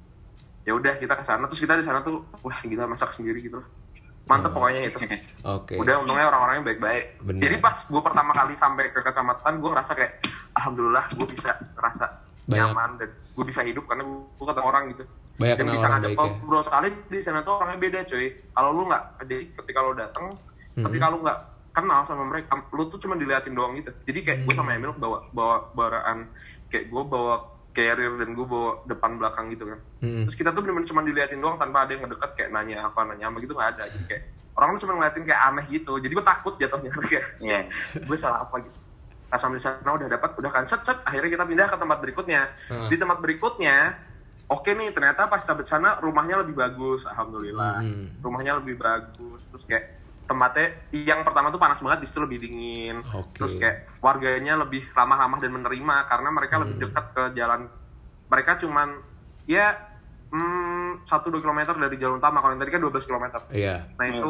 Ya udah kita ke sana, terus kita di sana tuh wah gila masak sendiri gitu. Mantep oh. pokoknya itu. Oke. Okay. Udah untungnya orang-orangnya baik-baik. Bener. Jadi pas gue pertama kali sampai ke kecamatan, gue ngerasa kayak alhamdulillah gue bisa ngerasa banyak. nyaman dan gue bisa hidup karena gue ketemu orang gitu. Banyak Dan kenal bisa orang ngajak baik ya. ngobrol, soalnya di sana tuh orangnya beda cuy. Kalau lu nggak, jadi ketika lu datang, mm-hmm. ketika lu nggak kenal sama mereka, lu tuh cuma diliatin doang gitu. Jadi kayak mm-hmm. gue sama Emil bawa bawa baraan, kayak gue bawa carrier dan gue bawa depan belakang gitu kan. Mm-hmm. Terus kita tuh bener-bener cuma diliatin doang tanpa ada yang ngedekat kayak nanya apa nanya apa gitu nggak ada. Jadi kayak orang tuh cuma ngeliatin kayak aneh gitu. Jadi gue takut jatuhnya kayak, yeah. gue salah apa gitu. Pas sampai di sana udah dapat, udah kan set set. Akhirnya kita pindah ke tempat berikutnya. Mm-hmm. Di tempat berikutnya oke nih, ternyata pas sampai sana rumahnya lebih bagus, alhamdulillah. Hmm. Rumahnya lebih bagus, terus kayak tempatnya yang pertama tuh panas banget, di situ lebih dingin. Okay. Terus kayak warganya lebih ramah-ramah dan menerima karena mereka hmm. lebih dekat ke jalan. Mereka cuman ya hmm, satu dua kilometer dari jalan utama. Kalau yang tadi kan dua belas kilometer. Iya. Nah itu,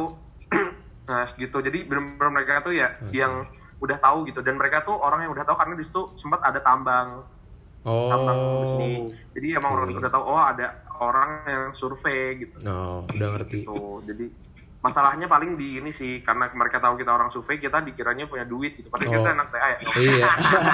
nah gitu. Jadi benar-benar mereka tuh ya okay. yang udah tahu gitu, dan mereka tuh orang yang udah tahu karena di situ sempat ada tambang. Oh. tambang besi. Jadi emang okay. orang udah tahu oh ada orang yang survei gitu. No, udah ngerti. Tuh, jadi masalahnya paling di ini sih, karena mereka tahu kita orang survei, kita dikiranya punya duit gitu. Padahal oh. kita anak T A ya. Iya.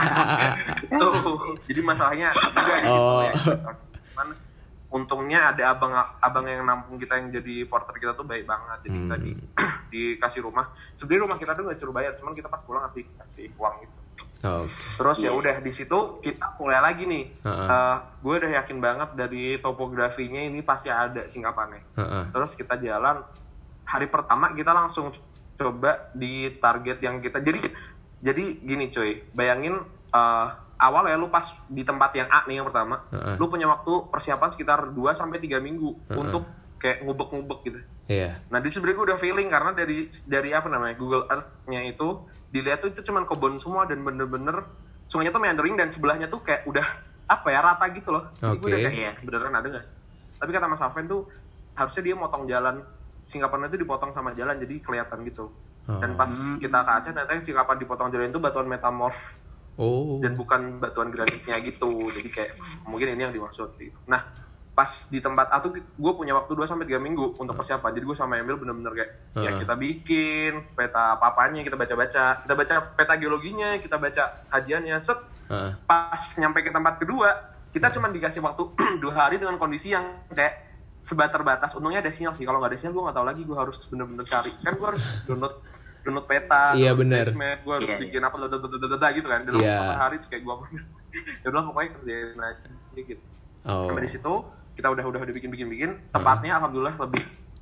Tuh. Jadi masalahnya juga gitu oh. ya. Cuman untungnya ada abang abang yang nampung kita yang jadi porter kita tuh baik banget. Jadi hmm. kita di, dikasih rumah. Sebenarnya rumah kita tuh nggak disuruh bayar, cuman kita pas pulang ngasih kasih uang gitu. Oh. Terus ya udah di situ kita mulai lagi nih. Uh-uh. Uh, gue udah yakin banget dari topografinya ini pasti ada singkapannya. Uh-uh. Terus kita jalan, hari pertama kita langsung coba di target yang kita. Jadi jadi gini coy, bayangin uh, awal ya lu pas di tempat yang A nih yang pertama, uh-uh. lu punya waktu persiapan sekitar dua sampai tiga minggu uh-uh. untuk kayak ngubek-ngubek gitu. Iya. Yeah. Nah di sebenarnya gue udah feeling karena dari dari apa namanya Google Earth-nya itu dilihat tuh itu cuman kebun semua dan bener-bener sungainya tuh meandering dan sebelahnya tuh kayak udah apa ya rata gitu loh. Jadi okay. gue udah kayak ya, beneran ada nggak? Tapi kata Mas Alvin tuh harusnya dia motong jalan, singkapannya itu dipotong sama jalan jadi kelihatan gitu. Oh. Dan pas kita ke Aceh ternyata yang singkapan dipotong jalan itu batuan metamorf. Oh. Dan bukan batuan granitnya gitu. Jadi kayak mungkin ini yang dimaksud gitu. Nah pas di tempat A tuh gue punya waktu dua sampai tiga minggu untuk persiapan. Jadi gue sama Emil bener-bener kayak uh. ya kita bikin peta apa-apanya, kita baca-baca, kita baca peta geologinya, kita baca kajiannya, set. Uh. Pas nyampe ke tempat kedua, kita uh. cuma dikasih waktu dua hari dengan kondisi yang kayak sebatas-batas. Untungnya ada sinyal sih, kalau nggak ada sinyal gue nggak tahu lagi, gue harus bener-bener cari. Kan gue harus download download peta, iya benar. Gue harus yeah, bikin yeah. apa, dadadadadada gitu kan. Dalam yeah. beberapa hari kayak gue ya udah pokoknya kerjain aja gitu. Oh. Sampai di situ kita udah udah udah bikin bikin bikin tempatnya uh. alhamdulillah lebih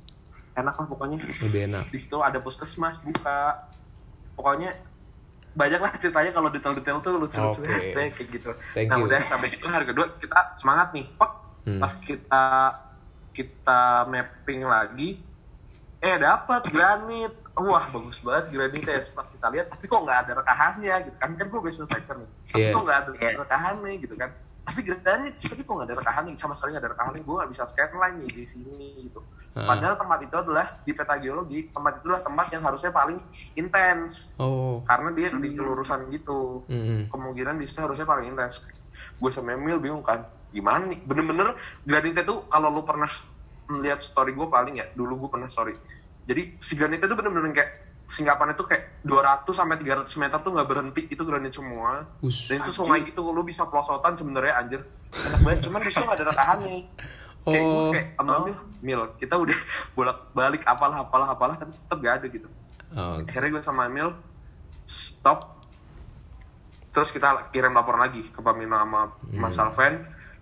enak lah pokoknya, lebih enak. Di situ ada puskesmas buka, pokoknya banyak lah ceritanya, kalau detail-detail tuh lucu-lucu okay. kayak gitu. Thank nah you. Udah sampai situ hari kedua kita semangat nih, pak hmm. pas kita kita mapping lagi eh dapat granit, wah bagus banget granitnya. Pas kita lihat tapi kok nggak ada rekahannya gitu kan, kan gue basement striker nih tapi yeah. kok nggak ada yeah. rekahannya gitu kan. Tapi granit tapi kok nggak ada rekahannya, sama sekali nggak ada rekahannya, gue nggak bisa scanline nih di sini gitu. Uh. Padahal tempat itu adalah di peta geologi, tempat itu adalah tempat yang harusnya paling intens. Oh. Karena dia di kelurusan gitu. Mm-hmm. Kemungkinan di situ harusnya paling intens. Gue sama Emil bingung kan, gimana nih? Bener-bener granitnya tuh kalau lu pernah melihat story gue paling ya, dulu gue pernah story. Jadi si granitnya tuh bener-bener kayak singkapannya tuh kayak dua ratus sampai tiga ratus meter tuh nggak berhenti, itu granit semua. Ush, dan itu sungai gitu, lu bisa pelosotan sebenarnya anjir. Enak banget, cuman di situ nggak ada rekahannya. Kayak gue oh. kayak ambil mil, kita udah bolak-balik apalah apalah apalah tapi tetap gak ada gitu. Oh. Akhirnya gue sama Emil stop. Terus kita kirim laporan lagi ke Pamina sama hmm. Mas Alven.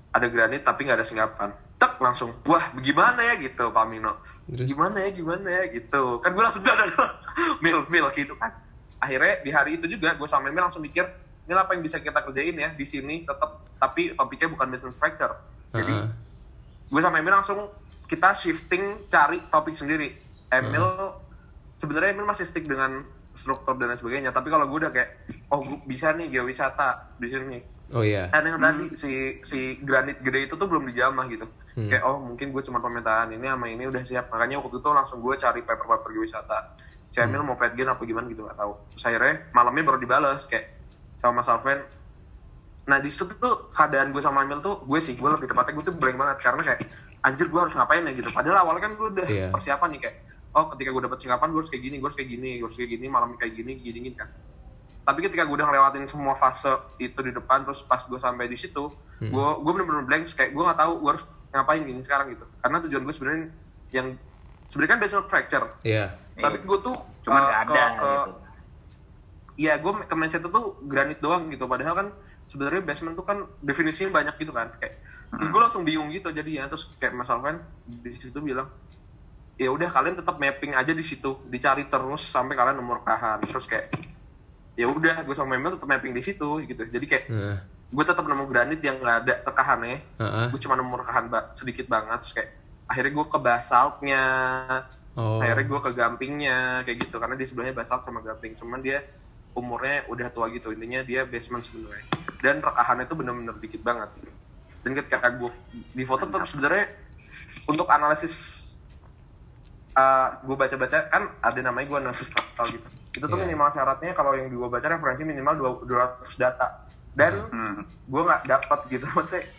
ada granit tapi nggak ada singkapan. Tak langsung, wah gimana ya gitu Pak Mino. Terus? Gimana ya gimana ya gitu. Kan gue langsung ada mil mil gitu kan. Akhirnya di hari itu juga gue sama Emil langsung mikir, ini apa yang bisa kita kerjain ya di sini tetap, tapi topiknya bukan business fracture. Jadi Uh-huh. gue sama Emil langsung kita shifting cari topik sendiri. Emil uh-huh. sebenarnya Emil masih stick dengan struktur dan lain sebagainya, tapi kalau gue udah kayak, oh gue bisa nih geowisata di sini. Oh iya. Kan yang tadi si si granit gede itu tuh belum dijamah gitu. Hmm. Kayak oh mungkin gue cuma pemetaan ini sama ini udah siap. Makanya waktu itu langsung gue cari paper-paper geowisata. Si Emil hmm. mau petgen apa gimana gitu nggak tahu. Terus akhirnya malamnya baru dibales kayak sama Mas Alven. Nah di situ tuh keadaan gue sama Emil tuh gue sih gue lebih tepatnya gue tuh blank banget karena kayak anjir gue harus ngapain ya gitu. Padahal awalnya kan gue udah yeah. persiapan nih kayak oh ketika gue dapet singkapan gue harus kayak gini, gue harus kayak gini, gue harus kayak gini, malamnya kayak gini, gini gini kan. Tapi ketika gue udah ngelewatin semua fase itu di depan, terus pas gue sampai di situ, hmm. gue gue bener-bener blank, kayak gue nggak tahu gue harus ngapain gini sekarang gitu. Karena tujuan gue sebenarnya yang sebenarnya kan basement fracture. Iya. Yeah. Tapi gue tuh cuma uh, nggak ada ke, gitu. Iya, gue ke mindset itu tuh granit doang gitu. Padahal kan sebenarnya basement tuh kan definisinya banyak gitu kan. Kayak hmm. terus gue langsung bingung gitu jadinya. Terus kayak Mas Alvan di situ bilang, ya udah kalian tetap mapping aja di situ, dicari terus sampai kalian nemu rekahan. Terus kayak ya udah gue sama Emil tetap mapping di situ gitu. Jadi kayak uh. gue tetap nemu granit yang nggak ada rekahannya. Uh-uh. Gue cuma nemu rekahan ba- sedikit banget. Terus kayak akhirnya gue ke basaltnya, oh. akhirnya gue ke gampingnya kayak gitu. Karena di sebelahnya basalt sama gamping. Cuman dia umurnya udah tua gitu. Intinya dia basement sebenarnya. Dan rekahannya itu benar-benar dikit banget. Dan ketika gue di foto tetap sebenarnya untuk analisis uh, gue baca-baca kan ada namanya gue analisis fractal gitu. Itu tuh yeah. minimal syaratnya kalau yang gue baca referensi minimal dua ratus data dan hmm. gue nggak dapat gitu maksudnya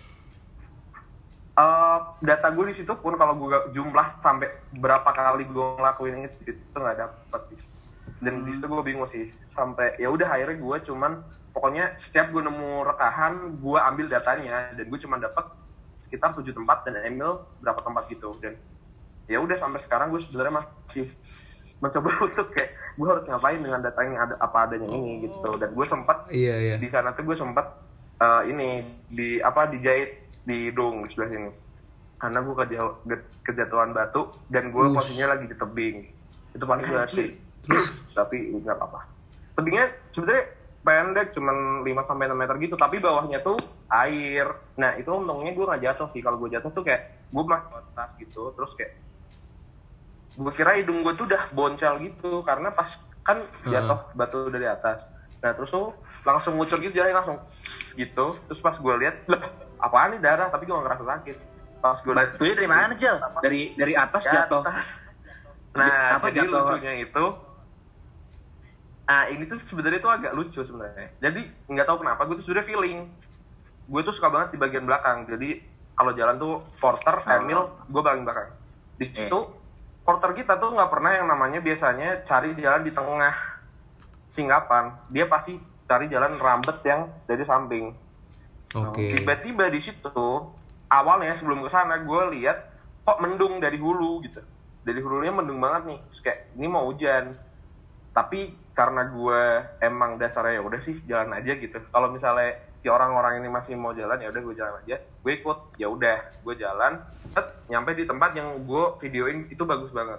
uh, data gue di situ pun kalau gue jumlah sampai berapa kali gue ngelakuin itu itu nggak dapat gitu. Dan hmm. di situ gue bingung sih sampai ya udah akhirnya gue cuman pokoknya setiap gue nemu rekahan gue ambil datanya dan gue cuma dapat sekitar tujuh tempat dan Emil berapa tempat gitu. Dan ya udah sampai sekarang gue sebenarnya masih mencoba untuk kayak gue harus ngapain dengan data yang ada apa adanya oh. ini gitu. Dan gue sempat iya, iya. di sana tuh gue sempat uh, ini di apa dijahit di hidung di sebelah sini karena gue kejauh, kejatuhan batu dan gue Ush. posisinya lagi di tebing. Itu paling berat sih. Terus tapi nggak apa-apa. Tebingnya sebenarnya pendek cuman lima sampai enam meter gitu tapi bawahnya tuh air. Nah itu untungnya gue nggak jatuh sih. Kalau gue jatuh tuh kayak gue masuk atas gitu terus kayak gue kira hidung gue tuh udah boncel gitu karena pas kan jatuh uh. batu dari atas. Nah terus tuh langsung ngucur gitu jalan langsung gitu. Terus pas gue lihat lah apaan nih darah tapi gue gak ngerasa sakit. Pas gue batunya dari mana Jel? Dari dari atas jatuh. Atas. Nah apa jadi jatuh? Lucunya itu nah ini tuh sebenarnya tuh agak lucu sebenarnya. Jadi nggak tahu kenapa gue tuh sudah feeling gue tuh suka banget di bagian belakang. Jadi kalau jalan tuh Porter, Emil, gue paling belakang. Di situ eh. Porter kita tuh nggak pernah yang namanya biasanya cari jalan di tengah singkapan. Dia pasti cari jalan rambet yang dari samping. Oke. Okay. Tiba-tiba di situ awalnya sebelum kesana gue lihat kok mendung dari hulu gitu. Dari hulunya mendung banget nih. Terus kayak ini mau hujan. Tapi karena gue emang dasarnya ya udah sih jalan aja gitu. Kalau misalnya si orang-orang ini masih mau jalan ya udah gue jalan aja. Gue ikut. Ya udah gue jalan. Set, nyampe di tempat yang gue videoin itu bagus banget.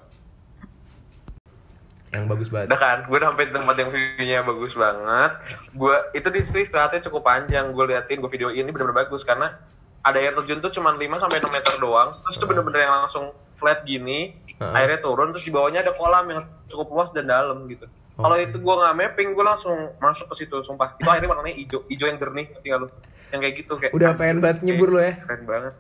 Yang bagus banget. Udah kan, gue udah sampai di tempat yang view-nya bagus banget. Gue itu di situ istirahatnya cukup panjang. Gue liatin, gue videoin ini benar-benar bagus karena ada air terjun tuh cuma lima sampai enam meter doang. Terus itu benar-benar yang langsung flat gini, uh-huh. airnya turun terus di bawahnya ada kolam yang cukup luas dan dalam gitu. Oh. Kalau itu gue nggak mapping, gue langsung masuk ke situ, sumpah. Itu airnya warnanya hijau, hijau yang jernih, tinggal lu. Yang kayak gitu kayak. Udah pengen banget nyebur lo ya? Keren banget.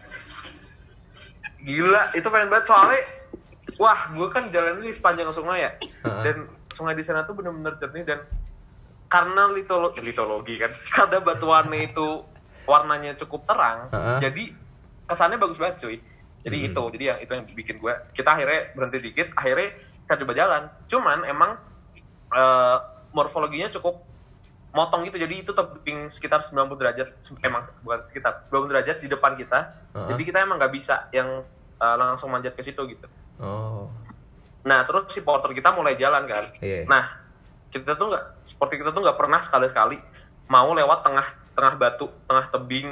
Gila, itu pengen banget soalnya. Wah, gue kan jalan di sepanjang sungai ya, uh-huh. dan sungai di sana tuh benar-benar jernih dan karena litologi, litologi kan, karena batuannya itu warnanya cukup terang, uh-huh. jadi kesannya bagus banget cuy. Jadi hmm. itu, jadi yang itu yang bikin gue. Kita akhirnya berhenti dikit, akhirnya kita coba jalan. Cuman emang uh, morfologinya cukup motong gitu, jadi itu tebing sekitar sembilan puluh derajat, emang bukan sekitar sembilan puluh derajat di depan kita. Uh-huh. Jadi kita emang nggak bisa yang uh, langsung manjat ke situ gitu. Oh. Nah terus si porter kita mulai jalan kan. Yeah. Nah kita tuh nggak, seperti kita tuh nggak pernah sekali-sekali mau lewat tengah tengah batu, tengah tebing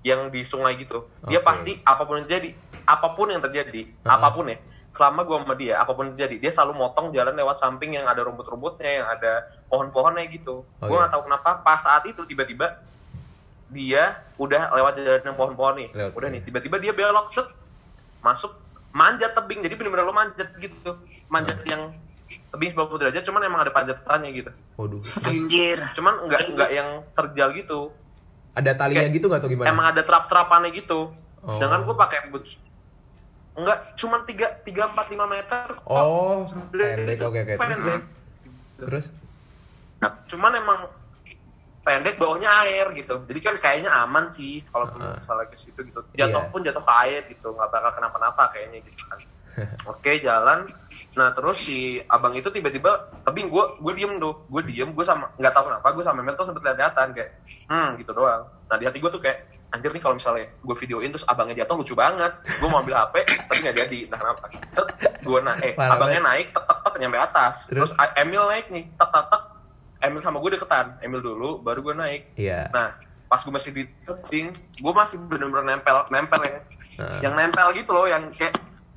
yang di sungai gitu. Dia Oke. pasti apapun yang terjadi, apapun yang terjadi, Uh-huh. apapun ya, selama gue sama dia, apapun yang terjadi, dia selalu motong jalan lewat samping yang ada rumput-rumputnya, yang ada pohon-pohonnya gitu. Oh, Gue iya. nggak tahu kenapa pas saat itu tiba-tiba dia udah lewat jalan yang pohon-pohon nih, Lewat, udah iya. nih, tiba-tiba dia belok set, masuk manjat tebing, jadi bener-bener lo manjat gitu, manjat yang tebing sembilan puluh derajat, cuman emang ada panjatannya gitu. Waduh. Anjir. Cuman nggak nggak yang terjal gitu. Ada talinya Kayak- gitu nggak tuh gimana? Emang ada trap-trapannya gitu. Oh. Sedangkan gue pakai boots enggak, cuman tiga, tiga, empat, lima meter. kok. Oh, Sebenarnya pendek, oke, oke. Terus, pendek. terus? Terus? Cuman emang pendek bawahnya air gitu. Jadi kan kayaknya aman sih kalau Uh-uh. misalnya ke situ gitu. Jatuh Iya. pun jatuh ke air gitu, nggak bakal kenapa-napa kayaknya gitu kan. Oke, jalan. Nah, terus si abang itu tiba-tiba tebing, gue gue diem tuh, gue diem, gue sama nggak tahu kenapa gue sama Mel tuh sempet lihat-lihatan kayak, hmm gitu doang. Nah di hati gue tuh kayak, anjir nih kalau misalnya gue videoin terus abangnya jatuh lucu banget. Gue mau ambil H P tapi nggak jadi, entah kenapa. Terus gue naik, eh, Parah abangnya banget. naik, tek tek tek nyampe atas. Terus? Terus, A- Emil naik nih, tek tek tek. Emil sama gue deketan, Emil dulu, baru gue naik. Iya. Nah, pas gue masih di tebing, gue masih bener-bener nempel, nempel ya. Nah. Yang nempel gitu loh, yang kayak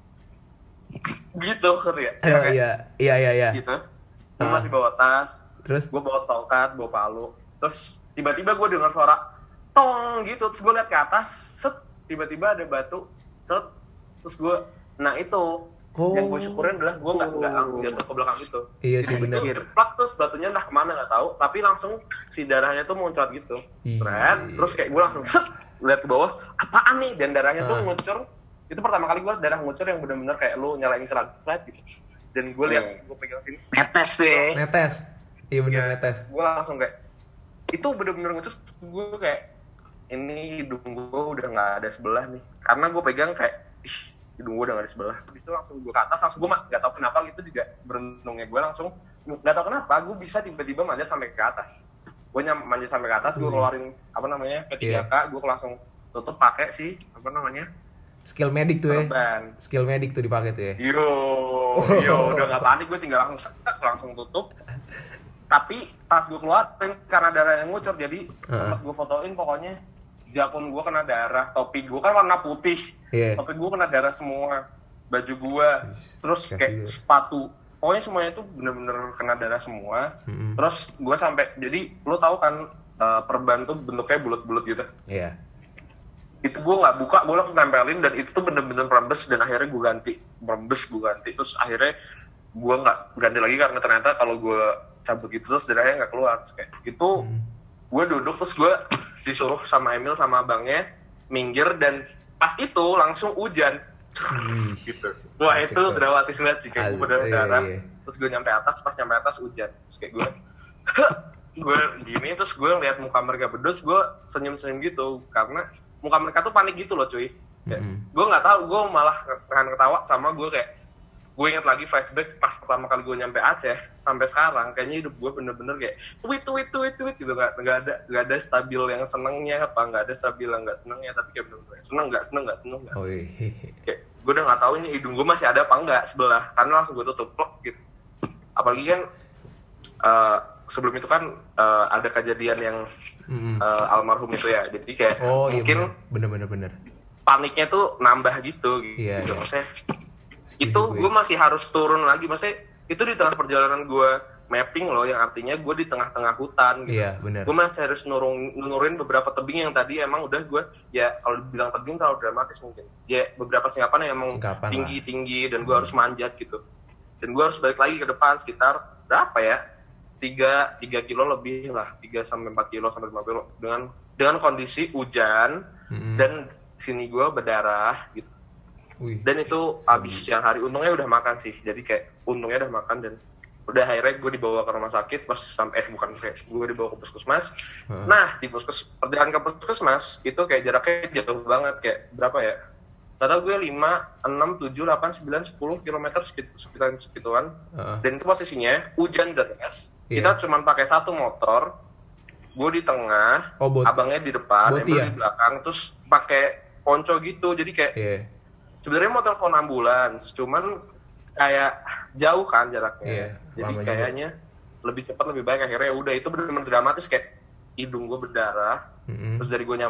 gitu, ngerti ya? Oh, iya, iya, iya, iya. Gitu. Gue Ah. masih bawa tas, Terus? gue bawa tongkat, bawa palu. Terus tiba-tiba gue dengar suara tong gitu, terus gue liat ke atas, set, tiba-tiba ada batu, set, terus gue, nah itu, Oh. yang gue syukurin adalah gue nggak nggak langsung jatuh ke belakang gitu. Iya sih bener. Anjir. Plak, terus batunya entah kemana nggak tahu, tapi langsung si darahnya tuh muncrat gitu. Ih. Keren. Terus kayak gue langsung set, lihat ke bawah, apaan nih? Dan darahnya tuh Ah. ngucur. Itu pertama kali gue darah ngucur yang bener-bener kayak lu nyalain keran slide gitu. Dan gue lihat, Iya. gue pegang sini, Netes tuh ya. Netes. Iya bener netes. gue langsung kayak itu bener-bener ngucur. Gue kayak ini hidung gue udah nggak ada sebelah nih, karena gue pegang kayak ih hidung gue udah nggak ada sebelah. Habis itu langsung gue ke atas, langsung gue nggak tahu kenapa gitu juga berenungnya gue langsung nggak tahu kenapa gue bisa tiba-tiba manjat sampai ke atas. Gue nyam manjat sampai ke atas, gue Wih. keluarin apa namanya P tiga K, gue langsung tutup pakai sih apa namanya Skill medik tuh ya. perban. Skill medik tuh dipakai tuh ya. Yo, yo, udah nggak panik, gue tinggal langsung set, set, langsung tutup. Tapi pas gue keluar, karena darah yang ngucur, jadi Uh-uh. sempat gue fotoin pokoknya jakun gue kena darah, topi gue kan warna putih, Iya. topi gue kena darah semua, baju gue, terus kasih kayak juga. sepatu, pokoknya semuanya itu bener-bener kena darah semua. Mm-mm. Terus gue sampai, jadi lo tahu kan uh, perban tuh bentuknya bulat-bulat gitu. Iya. Itu gue nggak buka, gue langsung tempelin, dan itu tuh bener-bener merembes, dan akhirnya gue ganti, merembes gue ganti, terus akhirnya gue nggak ganti lagi karena ternyata kalau gue cabut gitu terus darahnya nggak keluar. Terus kayak itu Hmm. gue duduk, terus gue disuruh sama Emil sama abangnya minggir, dan pas itu langsung hujan. Wih. Gitu. Wah Asik itu tuh. dramatis banget sih, kayak gue Asik, berdarah-darah, iya, iya. terus gue nyampe atas, pas nyampe atas hujan, terus kayak gue gue gini, terus gue lihat muka mereka berdua, terus gue senyum-senyum gitu, karena muka mereka tuh panik gitu loh cuy. Kayak, Mm-mm. gue nggak tahu, gue malah tahan ketawa sama gue kayak, gue ingat lagi flashback pas pertama kali gue nyampe Aceh sampai sekarang, kayaknya hidup gue bener-bener kayak tweet tweet tweet tweet gitu, nggak nggak ada nggak ada stabil yang senengnya apa, nggak ada stabil yang nggak senengnya, tapi kayak bener-bener seneng nggak seneng nggak seneng nggak. Oh iya. Kayak gue udah nggak tahu ini hidung gue masih ada apa enggak sebelah, karena langsung gue tutup plok gitu. Apalagi kan eh, sebelum itu kan eh, ada kejadian yang Mm-mm. eh, almarhum itu ya, jadi kayak Oh iya mungkin bener bener bener. paniknya tuh nambah gitu gitu. Iya, iya. Maksudnya Setuju itu gue. gue masih harus turun lagi, maksudnya itu di tengah perjalanan gue mapping loh, yang artinya gue di tengah-tengah hutan gitu. Iya bener. Gue masih harus nurung, nurunin beberapa tebing yang tadi emang udah gue, ya kalau dibilang tebing terlalu dramatis mungkin, ya beberapa singkapan yang emang Singkapan lah. tinggi-tinggi, dan gue harus manjat gitu, dan gue harus balik lagi ke depan sekitar berapa ya, tiga tiga kilo lebih lah, tiga sampai empat kilo sampai lima kilo, dengan dengan kondisi hujan Mm-mm. dan sini gue berdarah gitu. Wih. Dan itu abis siang hari, untungnya udah makan sih, jadi kayak untungnya udah makan, dan udah akhirnya gue dibawa ke rumah sakit pas sampai eh bukan kayak gue dibawa ke puskesmas. Hah? Nah di puskes perjalanan ke puskesmas itu kayak jaraknya jauh banget, kayak berapa ya, nggak tahu gue lima, enam, tujuh, delapan, sembilan, sepuluh kilometer sekitar segituan. Heeh. Dan itu posisinya hujan deras, Iya. kita cuma pakai satu motor, gue di tengah, Oh, bot- abangnya di depan, boti Emil ya? di belakang, terus pakai ponco gitu, jadi kayak Iya. sebenarnya mau telepon ambulans, cuman kayak jauh kan jaraknya. Iya, Jadi lama juga. kayaknya lebih cepat lebih baik, akhirnya udah itu benar-benar dramatis, kayak hidung gue berdarah, Mm-mm. terus dari gue nyampe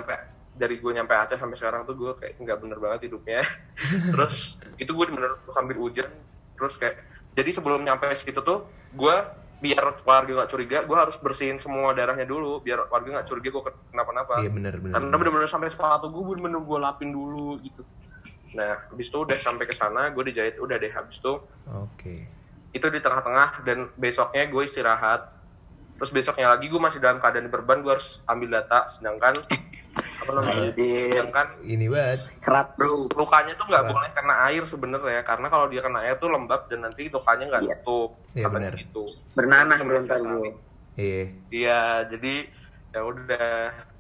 dari gue nyampe Aceh sampai sekarang tuh gue kayak nggak bener banget hidupnya. Terus itu gue bener sambil hujan, terus kayak jadi sebelum nyampe situ tuh gue biar warga nggak curiga, gue harus bersihin semua darahnya dulu biar warga nggak curiga gue kenapa-napa. Iya bener bener. Karena bener-bener sampai sepatu gue bener-bener gue lapin dulu gitu. Nah habis itu udah sampai ke sana gue dijahit udah deh habis itu. Oke. Itu di tengah-tengah dan besoknya gue istirahat. Terus besoknya lagi gue masih dalam keadaan berban, gue harus ambil data, sedangkan apa namanya? Sedangkan ini banget. Kerat bro. Lukanya tuh nggak Kerat. boleh kena air sebenarnya, karena kalau dia kena air tuh lembab dan nanti lukanya nggak Iya. tutup. Iya, Apa benar. gitu. Bernanah Terus bro ntar kemudian- gue. Iya. Iya, jadi ya udah.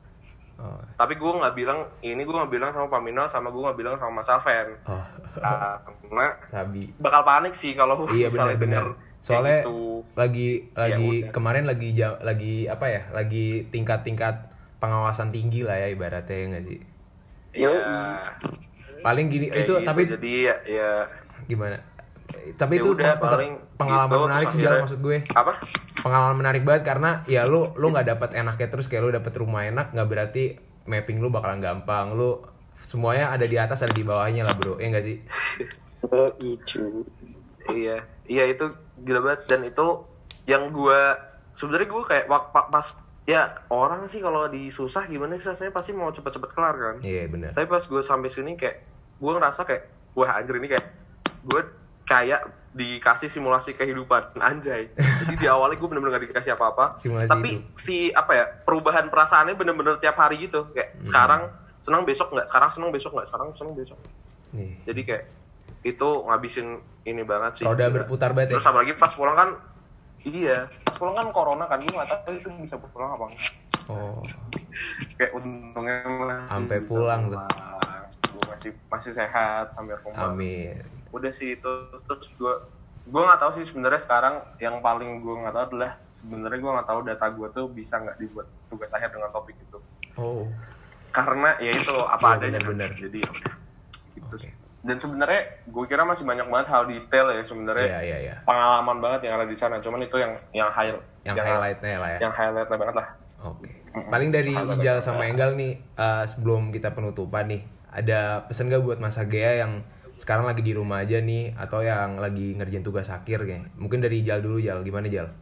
Oh. Tapi gue nggak bilang ini, gue nggak bilang sama Paminal, sama gue nggak bilang sama Mas Alven. Oh. Nah, karena Sabi. bakal panik sih kalau Iya misalnya benar-benar. denger Soalnya kayak gitu. lagi lagi udah. kemarin lagi ja- lagi apa ya? Lagi tingkat-tingkat pengawasan tinggi lah ya ibaratnya ya nggak sih? Yo. Ya, Paling gini kayak itu gitu. tapi jadi ya, ya gimana? Eh, Tapi Ya itu udah, tetap paling pengalaman gitu, menarik terus sih Jal, akhirnya- maksud gue. apa? Pengalaman menarik banget karena ya lu lu nggak dapat enaknya terus kayak lu dapet rumah enak nggak berarti mapping lu bakalan gampang. Lu semuanya ada di atas ada di bawahnya lah bro, ya nggak sih? Oh icu. Iya, iya itu gila banget dan itu yang gua sebenarnya gua kayak wak- pa- pas ya orang sih kalau di susah gimana sih rasanya pasti mau cepet-cepet kelar kan. Iya benar. Tapi pas gua sampai sini kayak gua ngerasa kayak wah anjir ini kayak gua kayak dikasih simulasi kehidupan anjay. Jadi di awalnya gua bener-bener gak dikasih apa-apa. Simulasi Tapi hidup. si apa ya perubahan perasaannya bener-bener tiap hari gitu. Kayak Hmm. sekarang senang besok nggak, sekarang senang besok nggak, sekarang senang besok. Nih. Jadi kayak itu ngabisin ini banget sih. Roda Gila. berputar banget ya. Terus apalagi pas pulang kan, iya, pas pulang kan corona kan, gue nggak tahu itu bisa pulang apa enggak. Oh. Kayak untungnya masih Sampai bisa pulang tuh. Gue masih masih sehat sampai rumah. Amin. Udah sih itu terus gue gue nggak tahu sih sebenarnya sekarang yang paling gue nggak tahu adalah sebenarnya gue nggak tahu data gue tuh bisa nggak dibuat tugas akhir dengan topik itu. Oh. Karena ya itu apa Iya, adanya kan. benar-benar. Jadi ya udah. Gitu Oke. sih. Dan sebenarnya gue kira masih banyak banget hal detail ya sebenarnya. Iya iya iya. Pengalaman banget yang ada di sana, cuman itu yang yang high Yang highlightnya lah ya. yang highlightnya banget lah. Oke. Paling dari Hal Ijal banget. sama Enggal nih eh, sebelum kita penutupan nih, ada pesan gak buat Mas Agea yang sekarang lagi di rumah aja nih atau yang lagi ngerjain tugas akhir kayak. Mungkin dari Ijal dulu Jal, gimana Jal?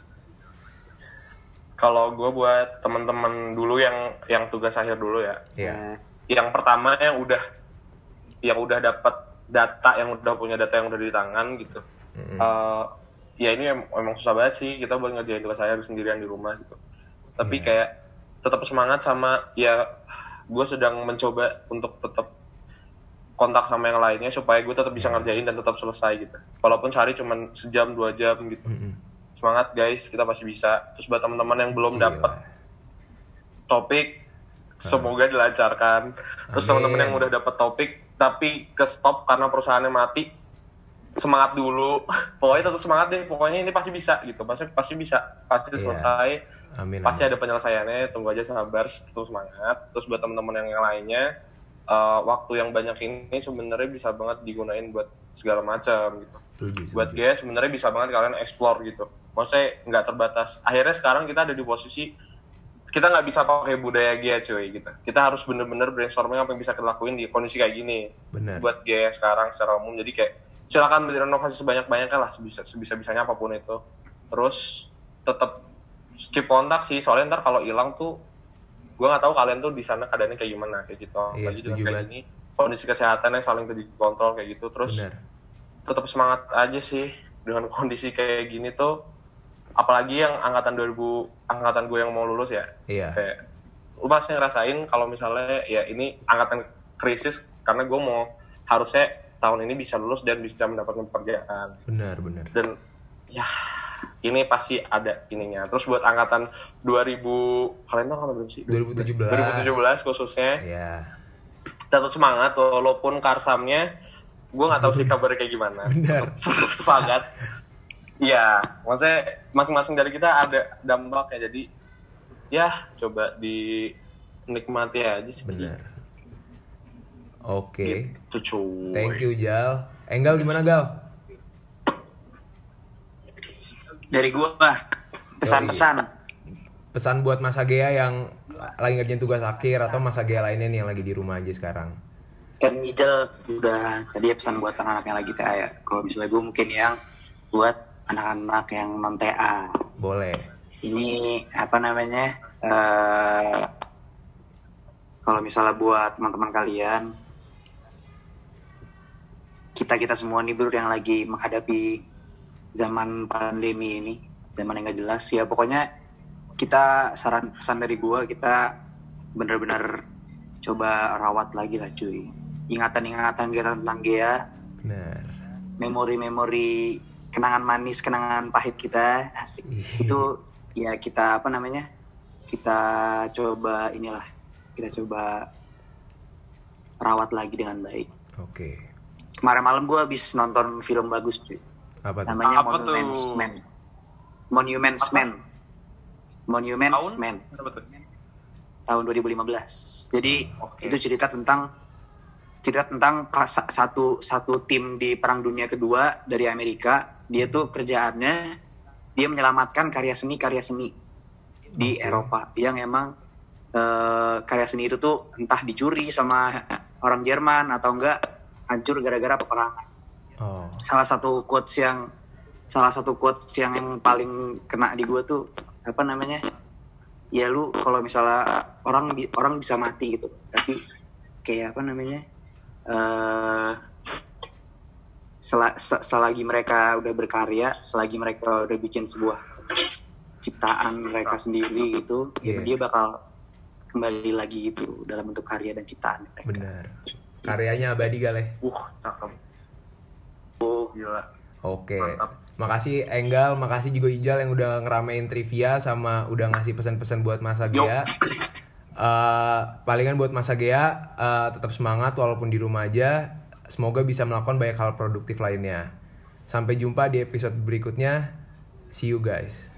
Kalau gue buat teman-teman dulu yang yang tugas akhir dulu ya. Iya. Hmm, Yang pertama yang udah yang udah dapat data, yang udah punya data yang udah di tangan gitu. Mm-mm. Eh, ya ini em- emang susah banget sih kita buat ngerjain tugas akhir sendirian di rumah gitu. Tapi Iya. kayak tetap semangat sama ya gue sedang mencoba untuk tetap kontak sama yang lainnya supaya gue tetap bisa ngerjain dan tetap selesai gitu. Walaupun sehari cuma sejam dua jam gitu. Mm-mm. Semangat guys, kita pasti bisa. Terus buat teman-teman yang belum Gila. dapat topik, semoga dilancarkan. Terus Amin. teman-teman yang udah dapat topik tapi ke stop karena perusahaannya mati, semangat dulu. Pokoknya tetap semangat deh. Pokoknya ini pasti bisa gitu. Pasti pasti bisa, pasti Iya. selesai. Amin. Pasti amin. ada penyelesaiannya. Tunggu aja sabar, terus semangat. Terus buat teman-teman yang lainnya, eh, waktu yang banyak ini sebenarnya bisa banget digunain buat segala macam gitu. Setuju, Buat setuju. gue sebenarnya bisa banget kalian explore gitu. Maksudnya nggak terbatas. Akhirnya sekarang kita ada di posisi kita nggak bisa pakai budaya G cuy gitu. Kita harus bener-bener brainstorming apa yang bisa kita lakuin di kondisi kayak gini. Benar. Buat G sekarang secara umum. Jadi kayak silakan berinovasi sebanyak-banyaknya lah sebisa sebisa-bisanya apapun itu. Terus tetap keep kontak sih. Soalnya ntar kalau hilang tuh gue nggak tahu kalian tuh di sana keadaannya kayak gimana kayak gitu. Iya, Apalagi setuju dengan kayak banget. gini, kondisi kesehatannya saling dikontrol kayak gitu. Terus Benar. tetap semangat aja sih dengan kondisi kayak gini tuh, apalagi yang angkatan dua ribu angkatan gue yang mau lulus ya. Iya. Kayak lu pasti ngerasain kalau misalnya ya ini angkatan krisis karena gue mau harusnya tahun ini bisa lulus dan bisa mendapatkan pekerjaan. Benar, benar. Dan ya ini pasti ada ininya. Terus buat angkatan dua ribu kalian tuh angkatan berapa sih? dua ribu tujuh belas. dua ribu tujuh belas khususnya Iya. tetap semangat walaupun karsamnya gue nggak tahu sih kabarnya kayak gimana. Benar. Tetap semangat. Iya, maksudnya masing-masing dari kita ada dampaknya, jadi ya coba dinikmati aja sih. Benar. Oke. Gitu cuy. Thank you Jal. Enggal gimana Gal? Dari gua pesan-pesan. Pesan buat Mas Agea yang lagi ngerjain tugas akhir atau Mas Agea lainnya nih yang lagi di rumah aja sekarang? Kan Ijal udah tadi pesan buat anak-anak yang lagi T A ya. Kalau misalnya gue mungkin yang buat anak-anak yang non T A. Boleh. Ini apa namanya? Uh, kalau misalnya buat teman-teman kalian, kita kita semua nih bro yang lagi menghadapi zaman pandemi ini, zaman yang gak jelas ya. Pokoknya kita saran pesan dari gue, kita bener-bener coba rawat lagi lah cuy. Ingatan-ingatan kita tentang Gea. Benar. Memori-memori, kenangan manis, kenangan pahit kita. Asik. Itu ya kita apa namanya? Kita coba inilah. Kita coba rawat lagi dengan baik. Oke. Kemarin malam gue habis nonton film bagus cuy. Apa tuh? Namanya Apa Monuments tuh? Man. Monuments Apa? Man. Monuments Tahun? Man. Berapa tuh? Tahun dua ribu lima belas. Jadi Oke. itu cerita tentang cerita tentang pas, satu satu tim di Perang Dunia Kedua dari Amerika. Dia tuh kerjaannya dia menyelamatkan karya seni karya seni di Oke. Eropa yang emang eh, karya seni itu tuh entah dicuri sama orang Jerman atau enggak hancur gara-gara peperangan. Oh. Salah satu quotes yang salah satu quotes yang, yang paling kena di gue tuh apa namanya? Ya lu kalau misalnya orang orang bisa mati gitu, tapi kayak apa namanya? Uh, sel- selagi mereka udah berkarya, selagi mereka udah bikin sebuah ciptaan mereka sendiri gitu, Yeah. dia bakal kembali lagi gitu dalam bentuk karya dan ciptaan mereka. Benar. Karyanya abadi kali. Uh, cakep. Oh, Gila. Oke. Mantap. Makasih Enggal, makasih juga Ijal yang udah ngeramein trivia sama udah ngasih pesan-pesan buat Mas Agea. Uh, palingan buat Mas Agea uh, tetap semangat walaupun di rumah aja. Semoga bisa melakukan banyak hal produktif lainnya. Sampai jumpa di episode berikutnya. See you guys.